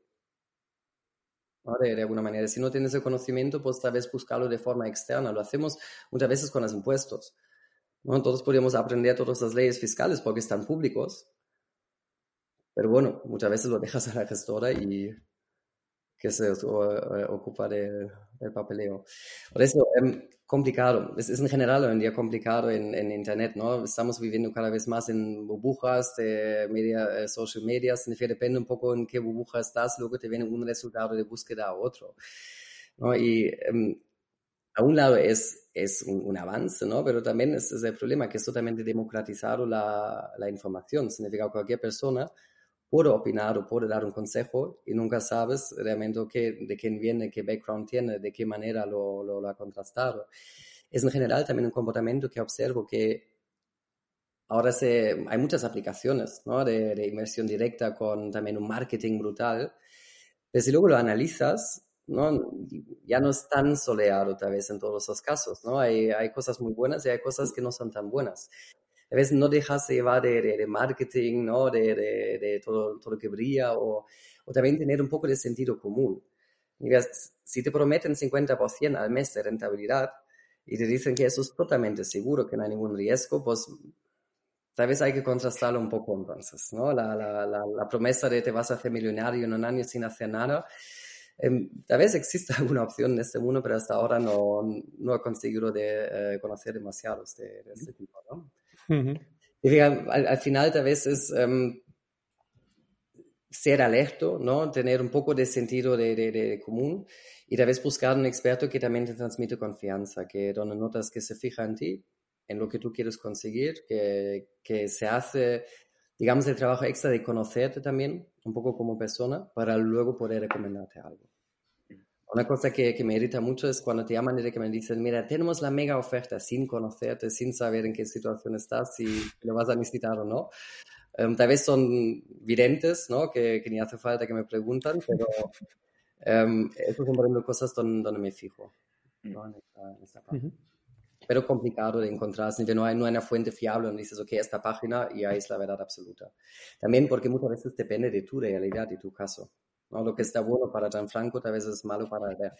¿no? De alguna manera. Si no tienes el conocimiento, pues tal vez buscarlo de forma externa. Lo hacemos muchas veces con los impuestos, ¿no? Todos podríamos aprender todas las leyes fiscales porque están públicos, pero bueno, muchas veces lo dejas a la gestora y que se ocupa del papeleo. Por eso, complicado. Es en general hoy en día complicado en Internet, ¿no? Estamos viviendo cada vez más en burbujas de media, social media. Significa, depende un poco en qué burbuja estás, luego te viene un resultado de búsqueda a otro, ¿no? Y a un lado es un avance, ¿no? Pero también es el problema que es totalmente democratizado la información. Significa que cualquier persona puede opinar o puede dar un consejo y nunca sabes realmente de quién viene, qué background tiene, de qué manera lo ha contrastado. Es en general también un comportamiento que observo que ahora hay muchas aplicaciones, ¿no? de inversión directa con también un marketing brutal. Pero si luego lo analizas, ¿no? Ya no es tan soleado tal vez en todos los casos, ¿no? Hay cosas muy buenas y hay cosas que no son tan buenas. A veces no dejarse llevar de marketing, ¿no? De todo lo que brilla o también tener un poco de sentido común. Si te prometen 50% al mes de rentabilidad y te dicen que eso es totalmente seguro, que no hay ningún riesgo, pues tal vez hay que contrastarlo un poco entonces, ¿no? La promesa de te vas a hacer millonario en un año sin hacer nada. Tal vez exista alguna opción en este mundo, pero hasta ahora no he conseguido conocer demasiados de este tipo, ¿no? Uh-huh. Y fíjate, al final tal vez es ser alerta, ¿no? Tener un poco de sentido de común y tal vez buscar un experto que también te transmite confianza, que donde notas que se fija en ti, en lo que tú quieres conseguir, que se hace, digamos, el trabajo extra de conocerte también un poco como persona para luego poder recomendarte algo. Una cosa que me irrita mucho es cuando te llaman y que me dicen, mira, tenemos la mega oferta sin conocerte, sin saber en qué situación estás, si lo vas a necesitar o no. Tal vez son videntes, ¿no? Que ni hace falta que me preguntan, pero eso son por ejemplo cosas donde me fijo, ¿no? En esta parte. Uh-huh. Pero complicado de encontrar, no hay una fuente fiable donde dices, ok, esta página y ahí es la verdad absoluta. También porque muchas veces depende de tu realidad y tu caso, ¿no? Lo que está bueno para Gianfranco tal vez es malo para él.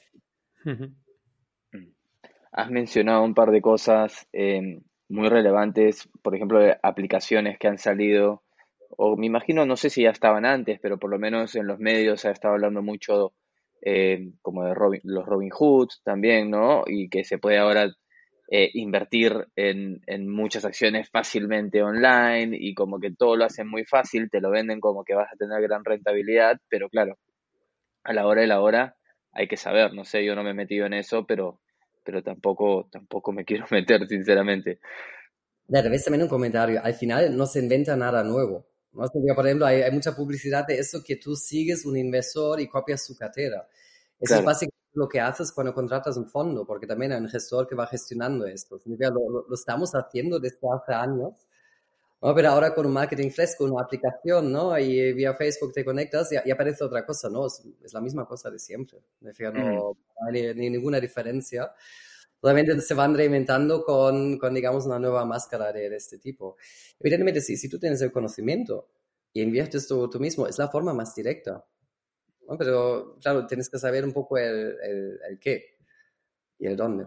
Uh-huh. Has mencionado un par de cosas muy relevantes, por ejemplo, de aplicaciones que han salido, o me imagino, no sé si ya estaban antes, pero por lo menos en los medios se ha estado hablando mucho como de los Robin Hoods también, ¿no? Y que se puede ahora invertir en muchas acciones fácilmente online y como que todo lo hacen muy fácil, te lo venden como que vas a tener gran rentabilidad, pero claro, a la hora de la hora hay que saber, no sé, yo no me he metido en eso, pero tampoco me quiero meter, sinceramente. De revés también un comentario, al final no se inventa nada nuevo, ¿no? Por ejemplo, hay mucha publicidad de eso que tú sigues un inversor y copias su cartera. Eso claro. Es básicamente lo que haces cuando contratas un fondo, porque también hay un gestor que va gestionando esto. Lo estamos haciendo desde hace años, ¿no? Pero ahora con un marketing fresco, una aplicación, ¿no? Y vía Facebook te conectas y aparece otra cosa, ¿no? Es la misma cosa de siempre. No hay ninguna diferencia. Obviamente se van reinventando con, digamos, una nueva máscara de este tipo. Evidentemente, si tú tienes el conocimiento y inviertes tú mismo, es la forma más directa, ¿no? Pero, claro, tienes que saber un poco el qué y el dónde.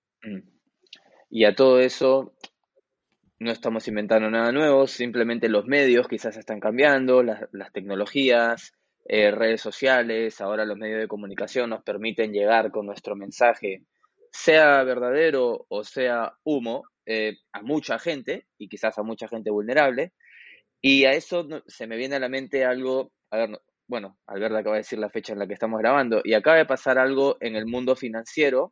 Y a todo eso, no estamos inventando nada nuevo, simplemente los medios quizás están cambiando, las tecnologías, redes sociales, ahora los medios de comunicación nos permiten llegar con nuestro mensaje, sea verdadero o sea humo, a mucha gente y quizás a mucha gente vulnerable. Y a eso se me viene a la mente algo, a ver, bueno, Alberto acaba de decir la fecha en la que estamos grabando, y acaba de pasar algo en el mundo financiero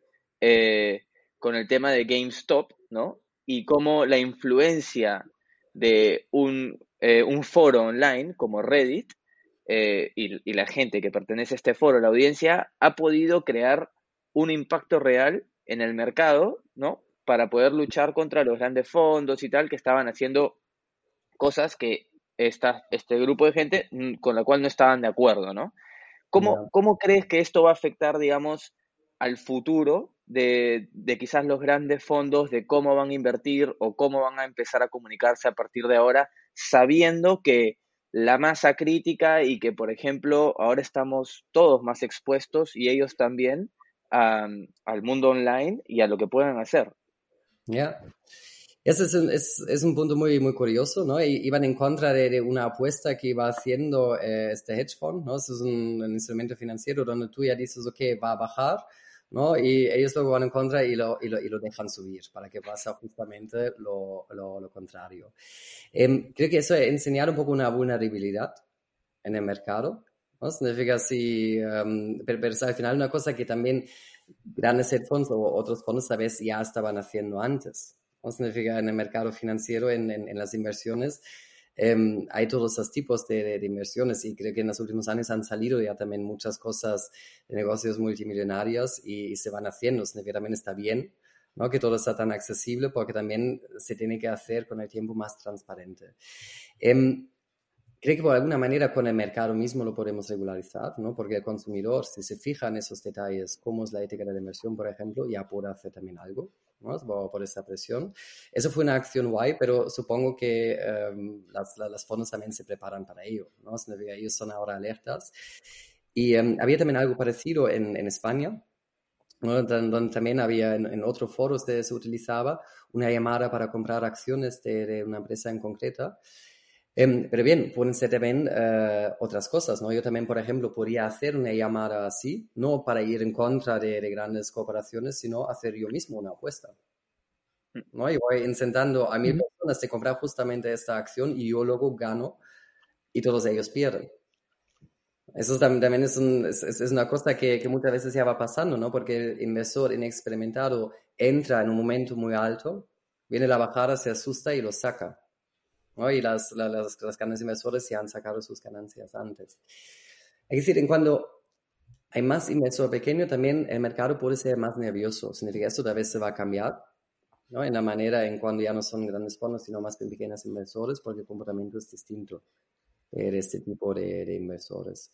con el tema de GameStop, ¿no? Y cómo la influencia de un foro online como Reddit y la gente que pertenece a este foro, la audiencia, ha podido crear un impacto real en el mercado, ¿no? Para poder luchar contra los grandes fondos y tal que estaban haciendo cosas que este grupo de gente con la cual no estaban de acuerdo, ¿no? ¿Cómo crees que esto va a afectar, digamos, al futuro de quizás los grandes fondos, de cómo van a invertir o cómo van a empezar a comunicarse a partir de ahora, sabiendo que la masa crítica y que, por ejemplo, ahora estamos todos más expuestos y ellos también al mundo online y a lo que puedan hacer? Ya. Ese es un punto muy, muy curioso, ¿no? Iban en contra de una apuesta que iba haciendo este hedge fund, ¿no? Es un instrumento financiero donde tú ya dices, ok, va a bajar, ¿no? Y ellos luego van en contra y lo dejan subir para que pase justamente lo contrario. Creo que eso enseñar un poco una vulnerabilidad en el mercado, ¿no? Significa pero al final una cosa que también grandes hedge funds o otros fondos tal vez ya estaban haciendo antes. ¿No? Significa en el mercado financiero, en las inversiones, hay todos esos tipos de inversiones y creo que en los últimos años han salido ya también muchas cosas de negocios multimillonarios y se van haciendo. Significa también está bien, ¿no? Que todo está tan accesible porque también se tiene que hacer con el tiempo más transparente. Creo que por alguna manera con el mercado mismo lo podemos regularizar, ¿no? Porque el consumidor, si se fija en esos detalles, como es la ética de la inversión, por ejemplo, ya puede hacer también algo, ¿no? Por esa presión. Eso fue una acción guay, pero supongo que las fondos también se preparan para ello, ¿no? Ellos son ahora alertas. Y había también algo parecido en España, ¿no? Donde también había en otros foros se utilizaba una llamada para comprar acciones de una empresa en concreta. Pero bien, pueden ser también otras cosas, ¿no? Yo también, por ejemplo, podría hacer una llamada así, no para ir en contra de grandes corporaciones, sino hacer yo mismo una apuesta, ¿no? Y voy incentando a 1.000 personas de comprar justamente esta acción y yo luego gano y todos ellos pierden. Eso también es una cosa que muchas veces ya va pasando, ¿no? Porque el inversor inexperimentado entra en un momento muy alto, viene la bajada, se asusta y lo saca, ¿no? Y las grandes inversores ya han sacado sus ganancias antes. Es decir, en cuando hay más inversor pequeño, también el mercado puede ser más nervioso. Significa esto tal vez se va a cambiar, ¿no? En la manera en cuando ya no son grandes fondos, sino más pequeños inversores, porque el comportamiento es distinto de este tipo de inversores.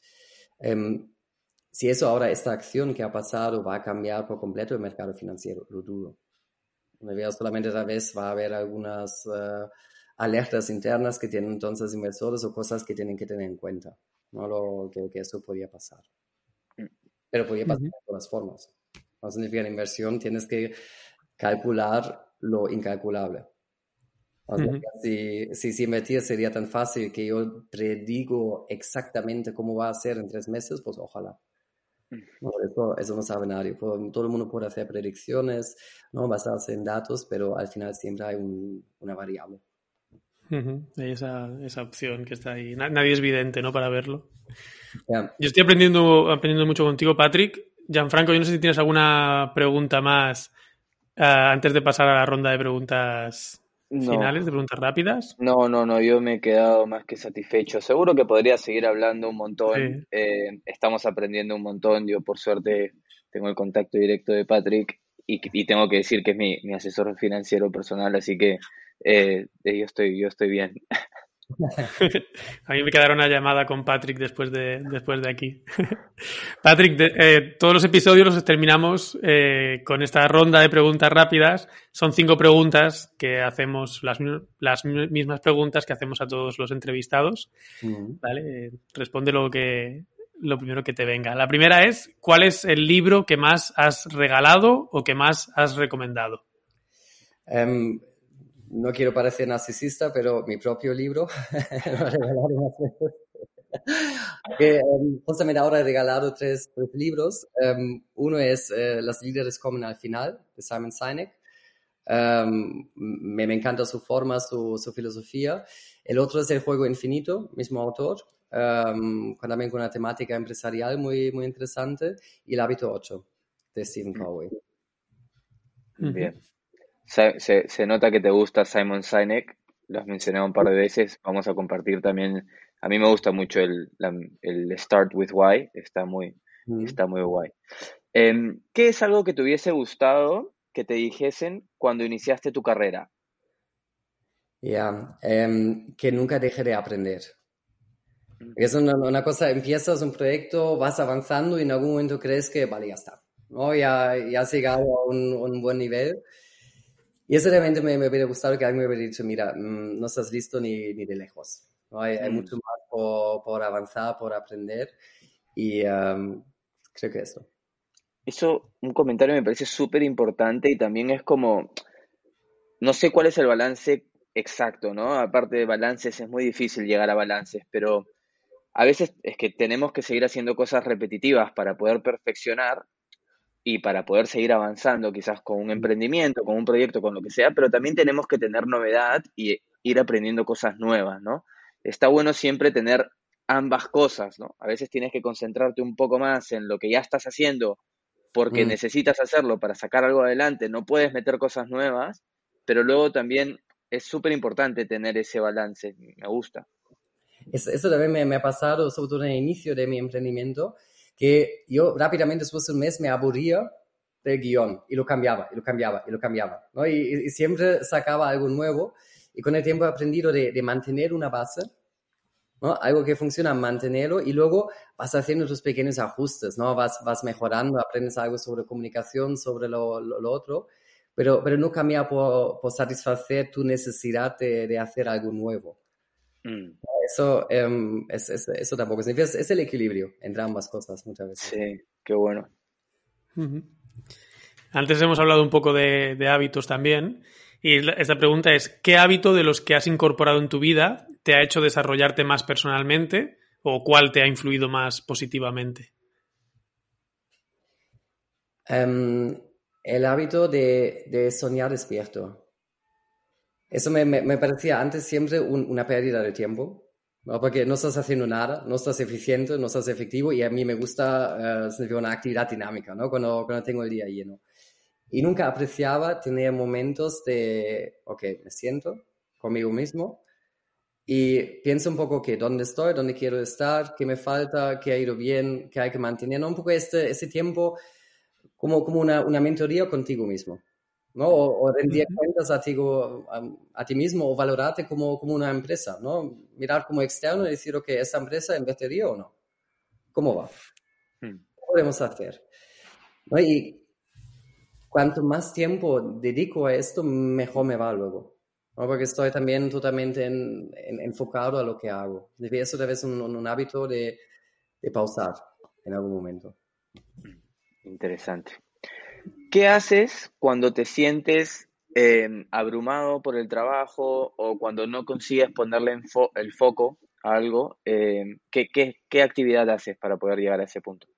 Si eso ahora, esta acción que ha pasado, va a cambiar por completo el mercado financiero, lo dudo. Solamente tal vez va a haber algunas alertas internas que tienen entonces inversores o cosas que tienen que tener en cuenta, ¿no? Que eso podría pasar. Pero podría pasar de todas formas. No significa la inversión, tienes que calcular lo incalculable. O sea, si invertir sería tan fácil que yo predigo exactamente cómo va a ser en 3 meses, pues ojalá. No, eso no sabe nadie. Todo el mundo puede hacer predicciones, ¿no? Basarse en datos, pero al final siempre hay una variable. Hay esa opción que está ahí. Nadie es vidente, ¿no? Para verlo. Yeah. Yo estoy aprendiendo mucho contigo, Patrick. Gianfranco, yo no sé si tienes alguna pregunta más antes de pasar a la ronda de preguntas finales, de preguntas rápidas. No, yo me he quedado más que satisfecho. Seguro que podría seguir hablando un montón. Sí. Estamos aprendiendo un montón. Yo, por suerte, tengo el contacto directo de Patrick y tengo que decir que es mi asesor financiero personal, así que yo estoy bien. A mí me quedará una llamada con Patrick después de aquí. Patrick, todos los episodios los terminamos con esta ronda de preguntas rápidas. Son 5 preguntas que hacemos, las mismas preguntas que hacemos a todos los entrevistados. ¿Vale? Responde lo primero que te venga. La primera es, ¿cuál es el libro que más has regalado o que más has recomendado? No quiero parecer narcisista, pero mi propio libro lo he regalado unas veces. Justamente ahora he regalado 3 libros. Uno es Los líderes comen al final, de Simon Sinek. Me encanta su forma, su filosofía. El otro es El juego infinito, mismo autor. también con una temática empresarial muy, muy interesante, y El hábito 8 de Stephen Covey. Bien. Se nota que te gusta Simon Sinek, lo has mencionado un par de veces, vamos a compartir también, a mí me gusta mucho el Start with Why, está muy guay. ¿Qué es algo que te hubiese gustado que te dijesen cuando iniciaste tu carrera? Que nunca deje de aprender. Es una cosa, empiezas un proyecto, vas avanzando y en algún momento crees que, vale, ya está, ¿no? Ya has llegado a un buen nivel. Y eso realmente me hubiera gustado que alguien me hubiera dicho, mira, no estás listo ni de lejos, ¿no? Hay mucho más por avanzar, por aprender, y creo que eso. Eso, un comentario me parece súper importante y también es como, no sé cuál es el balance exacto, ¿no? Aparte de balances, es muy difícil llegar a balances, pero a veces es que tenemos que seguir haciendo cosas repetitivas para poder perfeccionar y para poder seguir avanzando, quizás con un emprendimiento, con un proyecto, con lo que sea, pero también tenemos que tener novedad y ir aprendiendo cosas nuevas, ¿no? Está bueno siempre tener ambas cosas, ¿no? A veces tienes que concentrarte un poco más en lo que ya estás haciendo porque necesitas hacerlo para sacar algo adelante, no puedes meter cosas nuevas, pero luego también es súper importante tener ese balance, me gusta. Eso también me ha pasado, sobre todo en el inicio de mi emprendimiento, que yo rápidamente después de un mes me aburría del guión y lo cambiaba, ¿no? Y siempre sacaba algo nuevo, y con el tiempo he aprendido de mantener una base, ¿no? Algo que funciona, mantenerlo, y luego vas haciendo tus pequeños ajustes, ¿no? Vas mejorando, aprendes algo sobre comunicación, sobre lo otro, pero no cambiar por satisfacer tu necesidad de hacer algo nuevo. Eso, eso tampoco significa, es el equilibrio entre ambas cosas muchas veces. Sí, qué bueno. Antes hemos hablado un poco de hábitos también, y esta pregunta es, ¿qué hábito de los que has incorporado en tu vida te ha hecho desarrollarte más personalmente o cuál te ha influido más positivamente? El hábito de soñar despierto. Eso me parecía antes siempre una pérdida de tiempo, ¿no? Porque no estás haciendo nada, no estás eficiente, no estás efectivo, y a mí me gusta una actividad dinámica, ¿no? Cuando tengo el día lleno. Y nunca apreciaba tener momentos de, ok, me siento conmigo mismo y pienso un poco que dónde estoy, dónde quiero estar, qué me falta, qué ha ido bien, qué hay que mantener, ¿no? Un poco ese tiempo como una mentoría contigo mismo, ¿no? O rendir cuentas a ti mismo, o valorarte como una empresa, ¿no? Mirar como externo y decir, ok, ¿esta empresa invertiría o no? ¿Cómo va? ¿Qué podemos hacer? ¿No? Y cuanto más tiempo dedico a esto, mejor me va luego, ¿no? Porque estoy también totalmente enfocado a lo que hago. Y eso debe ser un hábito de pausar en algún momento. Interesante. ¿Qué haces cuando te sientes abrumado por el trabajo o cuando no consigues ponerle el foco a algo? ¿Qué actividad haces para poder llegar a ese punto?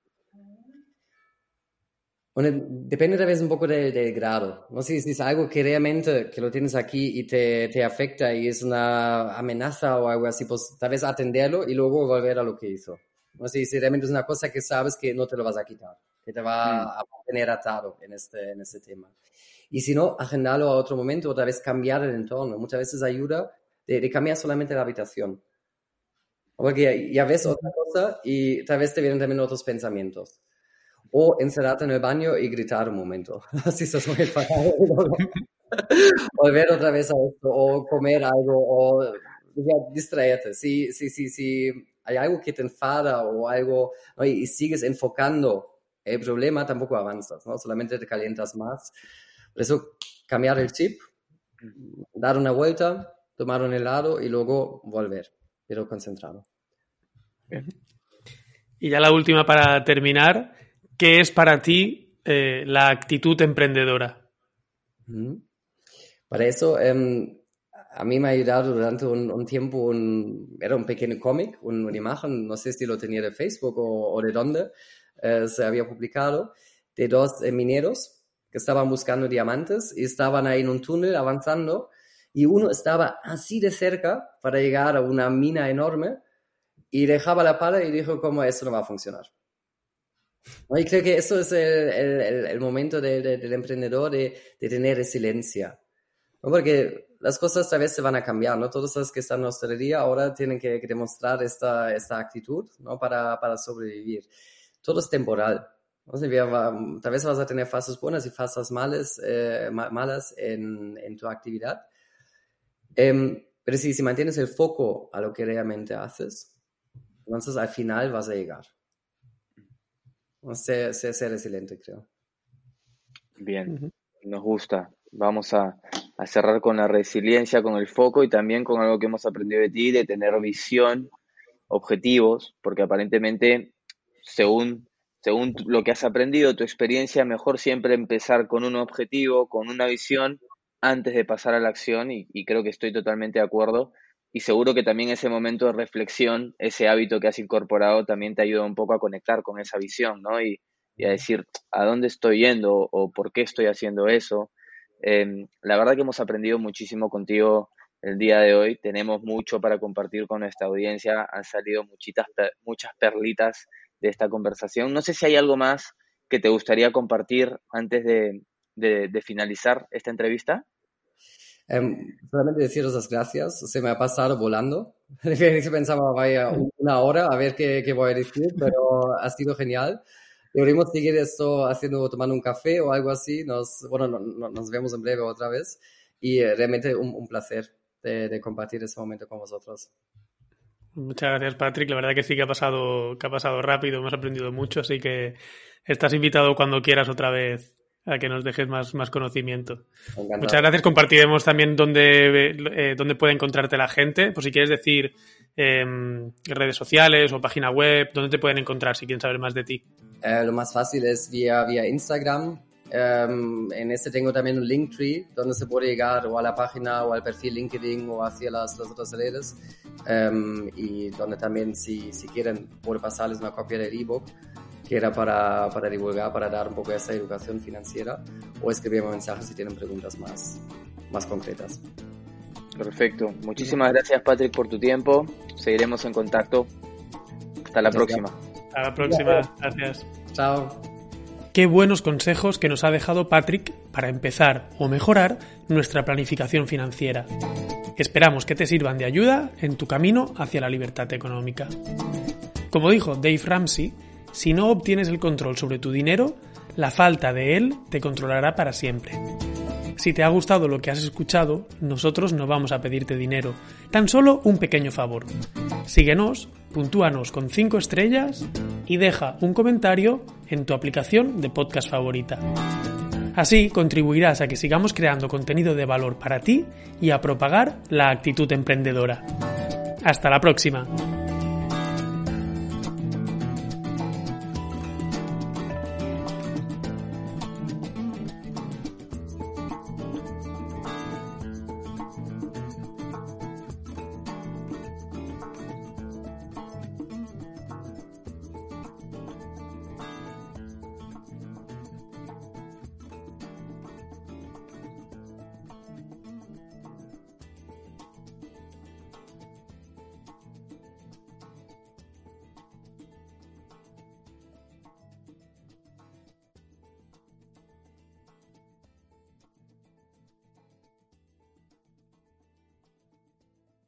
Bueno, depende tal vez un poco del grado, ¿no? Si es algo que realmente que lo tienes aquí y te afecta y es una amenaza o algo así, pues tal vez atenderlo y luego volver a lo que hizo. ¿No? Si realmente es una cosa que sabes que no te lo vas a quitar, que te va a mantener atado en este tema. Y si no, agendarlo a otro momento, otra vez cambiar el entorno. Muchas veces ayuda de cambiar solamente la habitación. Porque ya ves otra cosa y tal vez te vienen también otros pensamientos. O encerrarte en el baño y gritar un momento. Si estás muy enfadado. Volver otra vez a esto, o comer algo, o ya, distraerte. Si hay algo que te enfada o algo, ¿no? y sigues enfocando el problema, tampoco avanzas, ¿no? Solamente te calientas más. Por eso, cambiar el chip, dar una vuelta, tomar un helado y luego volver, pero concentrado. Bien. Y ya la última para terminar, ¿qué es para ti la actitud emprendedora? Para eso, a mí me ha ayudado durante un tiempo, era un pequeño cómic, una imagen, no sé si lo tenía de Facebook o de dónde, se había publicado, de dos mineros que estaban buscando diamantes y estaban ahí en un túnel avanzando, y uno estaba así de cerca para llegar a una mina enorme, y dejaba la pala y dijo como esto no va a funcionar. Y creo que eso es el momento del emprendedor de tener resiliencia, ¿no? Porque las cosas tal vez se van a cambiar, ¿no? Todos los que están en la hostelería ahora tienen que demostrar esta actitud, ¿no? Para sobrevivir. Todo es temporal. O sea, tal vez vas a tener fases buenas y fases malas en tu actividad. Pero si mantienes el foco a lo que realmente haces, entonces al final vas a llegar. Ser resiliente, creo. Bien, nos gusta. Vamos a cerrar con la resiliencia, con el foco y también con algo que hemos aprendido de ti, de tener visión, objetivos, porque aparentemente, según lo que has aprendido, tu experiencia, mejor siempre empezar con un objetivo, con una visión, antes de pasar a la acción, y creo que estoy totalmente de acuerdo. Y seguro que también ese momento de reflexión, ese hábito que has incorporado, también te ayuda un poco a conectar con esa visión, ¿no? Y a decir a dónde estoy yendo o por qué estoy haciendo eso. La verdad que hemos aprendido muchísimo contigo el día de hoy. Tenemos mucho para compartir con nuestra audiencia. Han salido muchas perlitas de esta conversación. No sé si hay algo más que te gustaría compartir antes de finalizar esta entrevista. Solamente deciros las gracias, se me ha pasado volando. Pensaba, vaya, una hora a ver qué voy a decir, pero ha sido genial. Deberíamos seguir esto tomando un café o algo así. Nos vemos en breve otra vez. Y realmente un placer de compartir ese momento con vosotros. Muchas gracias, Patrick. La verdad que sí que ha pasado rápido, hemos aprendido mucho, así que estás invitado cuando quieras otra vez a que nos dejes más conocimiento. Muchas gracias. Compartiremos también dónde puede encontrarte la gente, por si quieres decir redes sociales o página web, dónde te pueden encontrar si quieren saber más de ti. Lo más fácil es vía Instagram. En este tengo también un Linktree donde se puede llegar o a la página o al perfil LinkedIn o hacia las otras redes, y donde también si quieren puedo pasarles una copia del ebook que era para divulgar, para dar un poco de esa educación financiera, o escribirme mensajes si tienen preguntas más concretas. Perfecto. Muchísimas gracias, Patrick, por tu tiempo. Seguiremos en contacto. Hasta la próxima. Hasta la próxima. Gracias. Chao. Qué buenos consejos que nos ha dejado Patrick para empezar o mejorar nuestra planificación financiera. Esperamos que te sirvan de ayuda en tu camino hacia la libertad económica. Como dijo Dave Ramsey, si no obtienes el control sobre tu dinero, la falta de él te controlará para siempre. Si te ha gustado lo que has escuchado, nosotros no vamos a pedirte dinero, tan solo un pequeño favor. Síguenos, puntúanos con 5 estrellas y deja un comentario en tu aplicación de podcast favorita. Así contribuirás a que sigamos creando contenido de valor para ti y a propagar la actitud emprendedora. ¡Hasta la próxima!